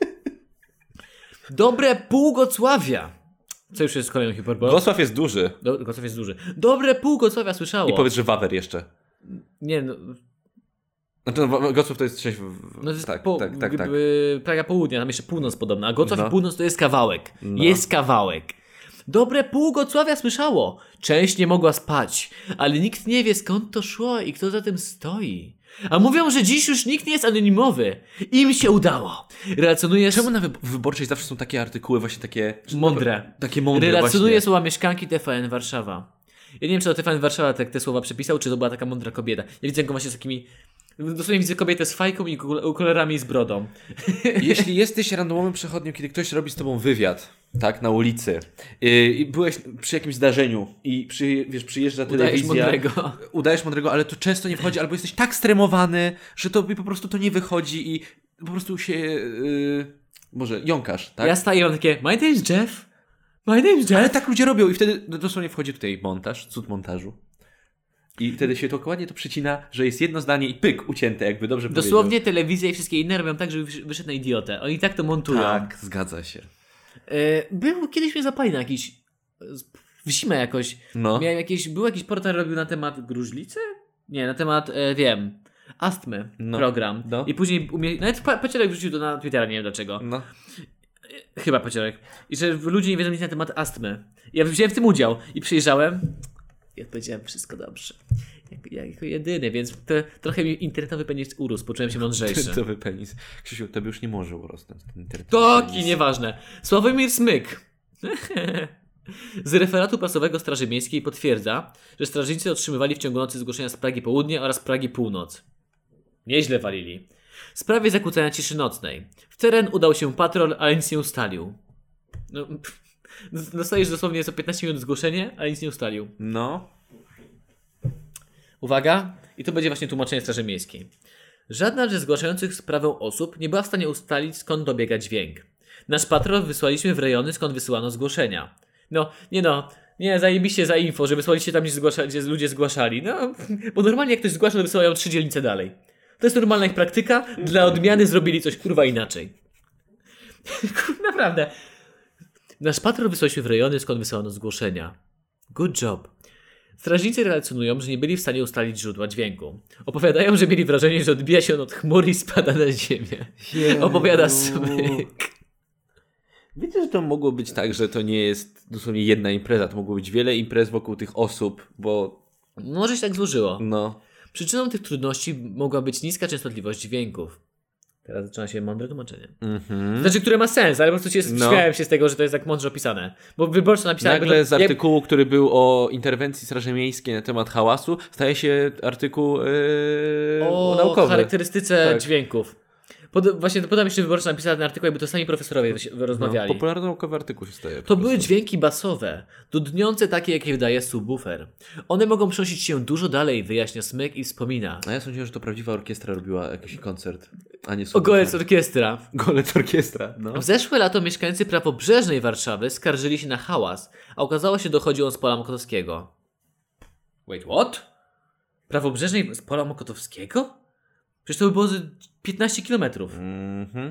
Dobre pół Gocławia. Co już jest kolejną hiperbolą? Gosław jest duży. Do, Gocław jest duży. Dobre pół Gocławia słyszało. I powiedz, że Wawer jeszcze. Nie, no, Znaczy, no, Gosław to jest część... w- no to jest tak, po, tak, tak, tak. y, Praga Południa, tam jeszcze północ podobna, a Gocław No. i północ to jest kawałek. No. Jest kawałek. Dobre pół Gocławia słyszało. Część nie mogła spać, ale nikt nie wie skąd to szło i kto za tym stoi. A mówią, że dziś już nikt nie jest anonimowy. Im się udało. Relacjonuje... Czemu na wy- wyborczej zawsze są takie artykuły właśnie takie... Mądre. Takie mądre Relacjonuje właśnie. słowa mieszkanki T V N Warszawa. Ja nie wiem, czy to T V N Warszawa te, te słowa przepisał, czy to była taka mądra kobieta. Ja widzę go właśnie z takimi Dosłownie widzę kobietę z fajką i okularami i z brodą. Jeśli jesteś randomowym przechodniem, kiedy ktoś robi z tobą wywiad, tak, na ulicy, yy, i byłeś przy jakimś zdarzeniu i przy, wiesz, przyjeżdża telewizja, Udajesz mądrego. udajesz mądrego, ale to często nie wchodzi, albo jesteś tak stremowany, że to po prostu to nie wychodzi i po prostu się, yy, może jąkasz, tak? Ja staję i mam takie, my name is Jeff, my name is Jeff. Ale tak ludzie robią i wtedy dosłownie wchodzi tutaj montaż, cud montażu. I wtedy się to dokładnie to przycina, że jest jedno zdanie i pyk, ucięte, jakby dobrze Dosłownie powiedział. telewizja i wszystkie inne robią tak, żeby wyszedł na idiotę. Oni tak to montują. Tak, zgadza się. E, Był, kiedyś mnie zapali na jakiś, w zimę jakoś, No. miałem jakieś, był jakiś portal, robił na temat gruźlicy? Nie, na temat, e, wiem, astmy, No. program. No. I później, umie... nawet Pa- Paciorek wrzucił to na Twittera, nie wiem dlaczego. No. Chyba Paciorek. I że ludzie nie wiedzą nic na temat astmy. Ja wziąłem w tym udział i przyjrzałem i odpowiedziałem, wszystko dobrze. Jak, ja jako jedyny, więc to, trochę mi internetowy penis urósł, poczułem się mądrzejszy. Internetowy penis. Krzysiu, tobie już nie może urosnąć ten internetowy Taki, penis. nieważne. Sławomir Smyk. Z referatu prasowego Straży Miejskiej potwierdza, że strażnicy otrzymywali w ciągu nocy zgłoszenia z Pragi Południe oraz Pragi Północ. Nieźle walili. W sprawie zakłócania ciszy nocnej. W teren udał się patrol, ale nic nie ustalił. No, pff, dostajesz dosłownie co piętnaście minut zgłoszenie, ale nic nie ustalił. No. Uwaga, i to będzie właśnie tłumaczenie Straży Miejskiej. Żadna ze zgłaszających sprawę osób nie była w stanie ustalić, skąd dobiega dźwięk. Nasz patrol wysłaliśmy w rejony, skąd wysyłano zgłoszenia. No, nie no, nie, zajebiście za info, że wysłaliście tam, gdzie, zgłasza, gdzie ludzie zgłaszali. No, bo normalnie jak ktoś zgłasza, to wysyłają trzy dzielnice dalej. To jest normalna ich praktyka, dla odmiany zrobili coś kurwa inaczej. Naprawdę. Nasz patrol wysłaliśmy w rejony, skąd wysyłano zgłoszenia. Good job. Strażnicy relacjonują, że nie byli w stanie ustalić źródła dźwięku. Opowiadają, że mieli wrażenie, że odbija się on od chmur i spada na ziemię. Jezu. Opowiada Smyk. Wiecie, że to mogło być tak, że to nie jest dosłownie jedna impreza, to mogło być wiele imprez wokół tych osób, bo Może się tak złożyło. no... Przyczyną tych trudności mogła być niska częstotliwość dźwięków. Teraz zaczyna się mądre tłumaczenie. Mhm. Znaczy, które ma sens, ale po prostu się No. śmiałem się z tego, że to jest tak mądrze opisane. Bo wyborczo napisałem... Nagle że- z artykułu, który był o interwencji Straży Miejskiej na temat hałasu, staje się artykuł yy, o, o naukowy. charakterystyce Tak. dźwięków. Pod, właśnie to podam jeszcze wyborczo napisany artykuł, jakby to sami profesorowie No, rozmawiali. popularno-naukowy artykuł się staje. po To były prostu. dźwięki basowe, dudniące takie, jakie wydaje subwoofer. One mogą przenosić się dużo dalej, wyjaśnia Smyk i wspomina. A ja sądziłem, że to prawdziwa orkiestra robiła jakiś koncert, a nie O golec orkiestra. Golec orkiestra, no. W zeszłe lato mieszkańcy prawobrzeżnej Warszawy skarżyli się na hałas, a okazało się, że dochodzi on z pola Mokotowskiego. Wait, what? Prawobrzeżnej z pola Mokotowskiego? Przecież to by było z piętnaście kilometrów. Mhm.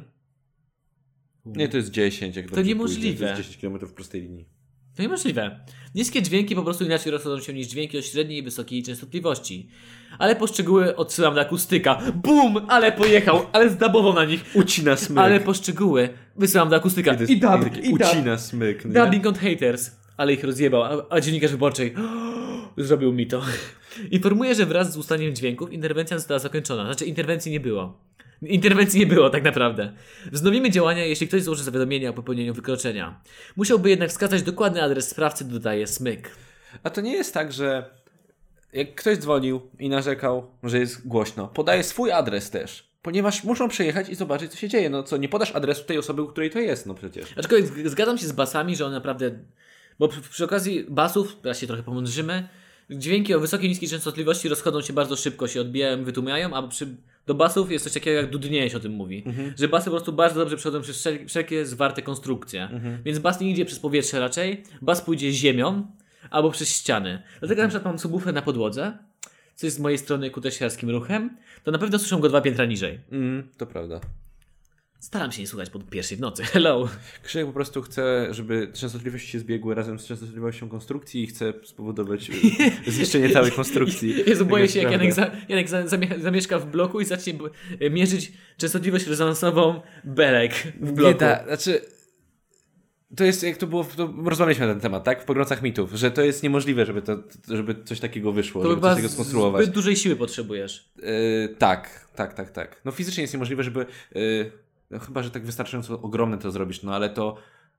Nie, to jest dziesięć. Jak To dobrze niemożliwe. Pójdzie. To jest dziesięć kilometrów w prostej linii. To niemożliwe. Niskie dźwięki po prostu inaczej rozchodzą się niż dźwięki o średniej i wysokiej częstotliwości. Ale poszczegóły odsyłam do akustyka. Bum! Ale pojechał! Ale zdabował na nich. Ucina smyk. Ale poszczegóły wysyłam do akustyka. I, to jest, I dub, taki i dub. ucina smyk. Nie? Dubbing on haters. Ale ich rozjebał. A, a dziennikarz wyborczej zrobił mi to. Informuje, że wraz z ustaniem dźwięków interwencja została zakończona. Znaczy interwencji nie było. Interwencji nie było tak naprawdę. Wznowimy działania, jeśli ktoś złoży zawiadomienie o popełnieniu wykroczenia. Musiałby jednak wskazać dokładny adres sprawcy, dodaje Smyk. A to nie jest tak, że jak ktoś dzwonił i narzekał, że jest głośno, podaje swój adres też. Ponieważ muszą przyjechać i zobaczyć, co się dzieje. No co, nie podasz adresu tej osoby, u której to jest, no przecież. Aczkolwiek z- zgadzam się z basami, że one naprawdę... Bo przy, przy okazji basów, teraz się trochę pomądrzymy, dźwięki o wysokiej, niskiej częstotliwości rozchodzą się bardzo szybko, się odbijają, wytłumiają, a przy, do basów jest coś takiego jak dudnienie się o tym mówi. Mhm. Że basy po prostu bardzo dobrze przechodzą przez wszel- wszelkie zwarte konstrukcje. Mhm. Więc bas nie idzie przez powietrze raczej, bas pójdzie ziemią albo przez ściany. Dlatego na przykład mam subwoofer na podłodze, co jest z mojej strony kutesiarskim ruchem, to na pewno słyszą go dwa piętra niżej. Mm, to prawda. Staram się nie słuchać po pierwszej w nocy. Hello. Krzysiek po prostu chce, żeby częstotliwości się zbiegły razem z częstotliwością konstrukcji i chce spowodować y, zniszczenie całej konstrukcji. Jezu, boję Taka się, jak prawda. Janek, za, Janek za, zamie- zamieszka w bloku i zacznie b- mierzyć częstotliwość rezonansową belek w bloku. Nie da, znaczy... To jest, jak to było, w- to rozmawialiśmy na ten temat, tak? W Pogromcach Mitów, że to jest niemożliwe, żeby, to, żeby coś takiego wyszło, To żeby coś chyba takiego skonstruować. zbyt dużej siły potrzebujesz. Yy, tak, tak, tak, tak. No fizycznie jest niemożliwe, żeby... Yy, no chyba, że tak wystarczająco ogromne to zrobisz, no ale to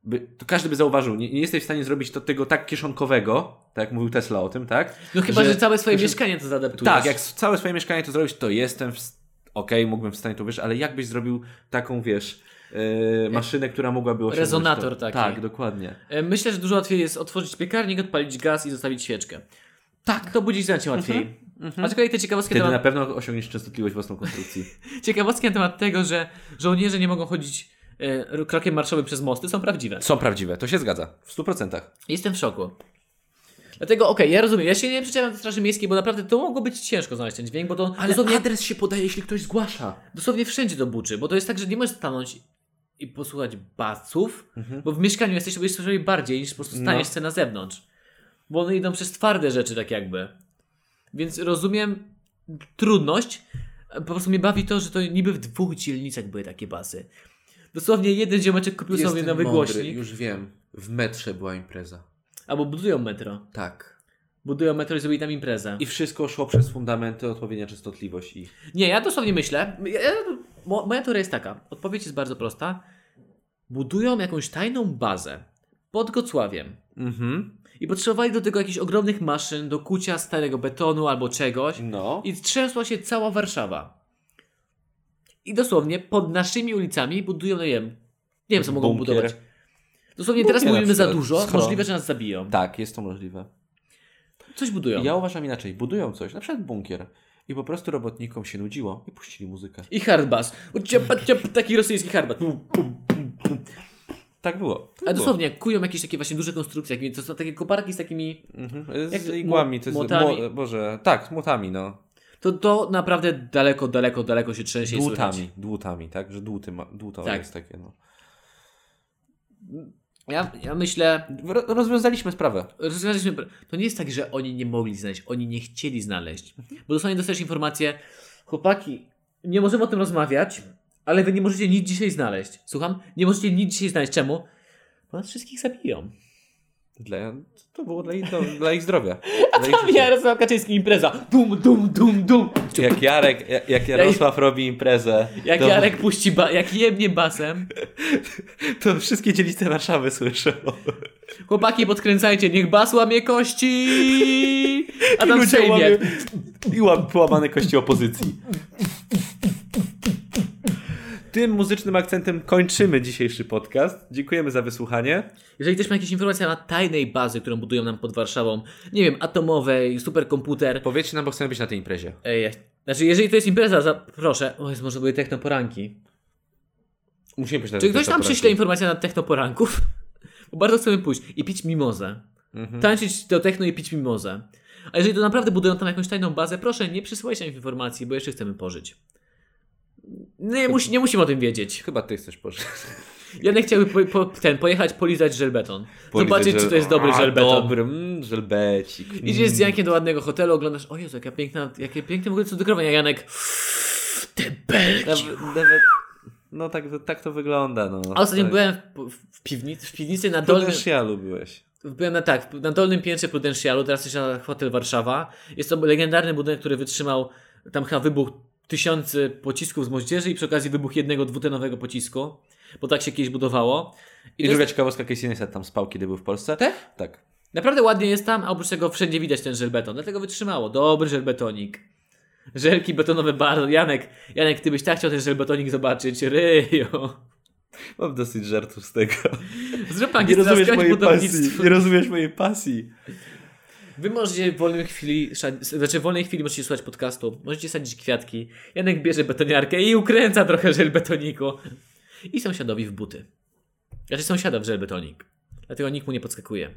by, to każdy by zauważył, nie, nie jesteś w stanie zrobić to, tego tak kieszonkowego, tak jak mówił Tesla o tym, tak? No chyba, że, że całe swoje że, mieszkanie to zaadaptujesz. Tak, jak całe swoje mieszkanie to zrobić, to jestem w, okej, okay, mógłbym w stanie to, wiesz, ale jak byś zrobił taką, wiesz, yy, maszynę, która mogłaby osiągnąć rezonator to? taki. Tak, dokładnie. Myślę, że dużo łatwiej jest otworzyć piekarnik, odpalić gaz i zostawić świeczkę. Tak. To budzi znacznie łatwiej. Mm-hmm. A z kolei te ciekawostki Wtedy temat... na pewno osiągniesz częstotliwość własną konstrukcji. Ciekawostki na temat tego, że żołnierze nie mogą chodzić e, krokiem marszowym przez mosty, są prawdziwe. Są prawdziwe, to się zgadza. W stu procentach. Jestem w szoku. Dlatego okej, okay, ja rozumiem, ja się nie przyczepiam do Straży Miejskiej, bo naprawdę to mogło być ciężko znaleźć ten dźwięk, bo to Ale dosłownie, adres się podaje, jeśli ktoś zgłasza. dosłownie wszędzie to buczy, bo to jest tak, że nie możesz stanąć i posłuchać basów, mhm. bo w mieszkaniu jesteś sobie słyszeli bardziej niż po prostu staniesz no. na zewnątrz. Bo one idą przez twarde rzeczy tak jakby. Więc rozumiem trudność, po prostu mnie bawi to, że to niby w dwóch dzielnicach były takie basy. Dosłownie jeden ziomeczek kupił Jestem sobie nowy mądry, głośnik. Już wiem, w metrze była impreza. Albo budują metro. Tak. Budują metro i zrobili tam imprezę. I wszystko szło przez fundamenty, odpowiednia częstotliwość i... Nie, ja dosłownie myślę, ja, ja, moja teoria jest taka, odpowiedź jest bardzo prosta. Budują jakąś tajną bazę pod Gocławiem. Mhm. I potrzebowali do tego jakichś ogromnych maszyn, do kucia starego betonu albo czegoś. No. I trzęsła się cała Warszawa. I dosłownie pod naszymi ulicami budują, no nie wiem, nie wiem co mogą Bunkier. budować. Dosłownie Bunkier teraz mówimy za dużo, schron. możliwe, że nas zabiją. Tak, jest to możliwe. Coś budują. Ja uważam inaczej, budują coś, na przykład bunkier. I po prostu robotnikom się nudziło i puścili muzykę. I hardbass. Taki rosyjski hardbass. Tak było. Tak A dosłownie, było. Kują jakieś takie właśnie duże konstrukcje, jak, to są takie koparki z takimi... Mhm. Z igłami, to jest... Młotami. Mo, Boże, tak, z młotami, no. To, to naprawdę daleko, daleko, daleko się trzęsie dłutami, i słychać. Dłutami, tak? Że dłuty ma, dłuto tak. jest takie, no. Ja, ja myślę... Rozwiązaliśmy sprawę. Rozwiązaliśmy... To nie jest tak, że oni nie mogli znaleźć, oni nie chcieli znaleźć. Bo dosłownie dostajesz informację, chłopaki, nie możemy o tym rozmawiać, ale wy nie możecie nic dzisiaj znaleźć. Słucham? Nie możecie nic dzisiaj znaleźć. Czemu? Bo nas wszystkich zabiją. Dla, to było dla ich, do, dla ich zdrowia. A dla tam Jarosław Kaczyński impreza. Dum, dum, dum, dum. Jak Jarek, jak, jak Jarosław robi imprezę. Jak to... Jarek puści, ba- jak jebnie basem. To wszystkie dzielnice Warszawy słyszą. Chłopaki, podkręcajcie, niech bas łamie kości. A tam ludzie Sejmie. łamie, i łam, połamane kości opozycji. Tym muzycznym akcentem kończymy dzisiejszy podcast. Dziękujemy za wysłuchanie. Jeżeli ktoś ma jakieś informacje na tajnej bazy, którą budują nam pod Warszawą, nie wiem, atomowej, superkomputer. Powiedzcie nam, bo chcemy być na tej imprezie. Ej, znaczy, jeżeli to jest impreza, za... proszę. O, jest może były technoporanki. Musimy być na Czy ktoś tam przyśle informację na technoporanków? Bo bardzo chcemy pójść i pić mimozę. Mhm. Tańczyć do techno i pić mimozę. A jeżeli to naprawdę budują tam jakąś tajną bazę, proszę, nie przysyłajcie nam informacji, bo jeszcze chcemy pożyć. Nie, musi, nie musimy o tym wiedzieć. Chyba ty chcesz pożyć. Janek chciałby po, po, ten, pojechać polizać żelbeton. Polizać Zobaczyć, żel... czy to jest dobry A, żelbeton. Dobry, mm, żelbecik. Mm. Idziesz z Jankiem do ładnego hotelu, oglądasz, o Jezu, jaka piękna, jakie piękne w ogóle cudownie, a Janek, te belki. Nawet, nawet, no tak, tak to wygląda. No. A ostatnio tak. byłem w, w, piwnicy, w piwnicy na dolnym... Prudentialu byłeś. Byłem na, tak, na dolnym piętrze Prudentialu, teraz jest na hotel Warszawa. Jest to legendarny budynek, który wytrzymał tam chyba wybuch tysiący pocisków z moździerzy i przy okazji wybuch jednego dwutonowego pocisku, bo tak się kiedyś budowało. I, I druga jest... ciekawostka, Casey Neistat tam spał, kiedy był w Polsce. Tak? Tak. Naprawdę ładnie jest tam, a oprócz tego wszędzie widać ten żelbeton, dlatego wytrzymało. Dobry żelbetonik. Żelki betonowe bardzo. Janek, Janek, ty byś tak chciał ten żelbetonik zobaczyć. Ryjo. Mam dosyć żartów z tego. Zrób nie rozumiesz mojej pasji. Nie rozumiesz mojej pasji. Wy możecie w wolnej chwili, znaczy w wolnej chwili możecie słuchać podcastu, możecie sadzić kwiatki. Janek bierze betoniarkę i ukręca trochę żelbetoniku. I sąsiadowi w buty. Znaczy sąsiada w żelbetonik. Dlatego nikt mu nie podskakuje.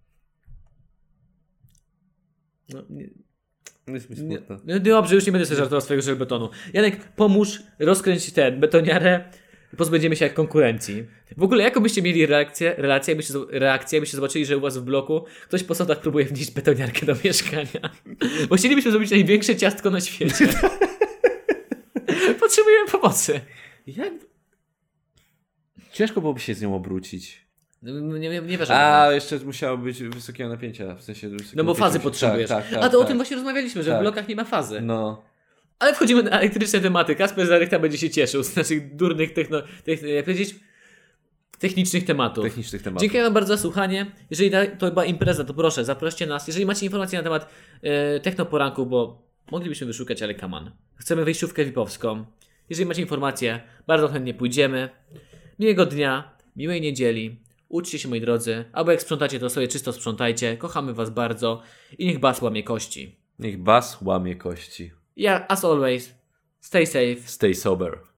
No, nie, jest mi smutno. No dobrze, już nie będę sobie żartował swojego żelbetonu. Janek, pomóż rozkręcić ten betoniarę. Pozbędziemy się jak konkurencji. W ogóle jaką byście mieli reakcję, relację, jakbyście, reakcję, jakbyście zobaczyli, że u was w bloku ktoś po sądach próbuje wnieść betoniarkę do mieszkania. Bo chcielibyśmy zrobić największe ciastko na świecie. Potrzebujemy pomocy. Jak? Ciężko byłoby się z nią obrócić. No, nie, nie, nie wiesz, A, jeszcze musiało być wysokiego napięcia. W sensie wysokiego no bo fazy napięcia. potrzebujesz. Tak, tak, tak, A to tak. o tym właśnie rozmawialiśmy, że tak. w blokach nie ma fazy. No. Ale wchodzimy na elektryczne tematy. Kasper Zarychta będzie się cieszył z naszych durnych techno... Techno jak powiedzieć... technicznych tematów. Technicznych tematów. Dziękuję wam bardzo za słuchanie. Jeżeli to była impreza, to proszę, zaproście nas. Jeżeli macie informacje na temat e, technoporanków, bo moglibyśmy wyszukać, ale kaman. Chcemy wejściówkę V I P-owską. Jeżeli macie informacje, bardzo chętnie pójdziemy. Miłego dnia, miłej niedzieli. Uczcie się, moi drodzy. Albo jak sprzątacie, to sobie czysto sprzątajcie. Kochamy was bardzo. I niech bas łamie kości. Niech bas łamie kości. Ja, as always, stay safe. Stay sober.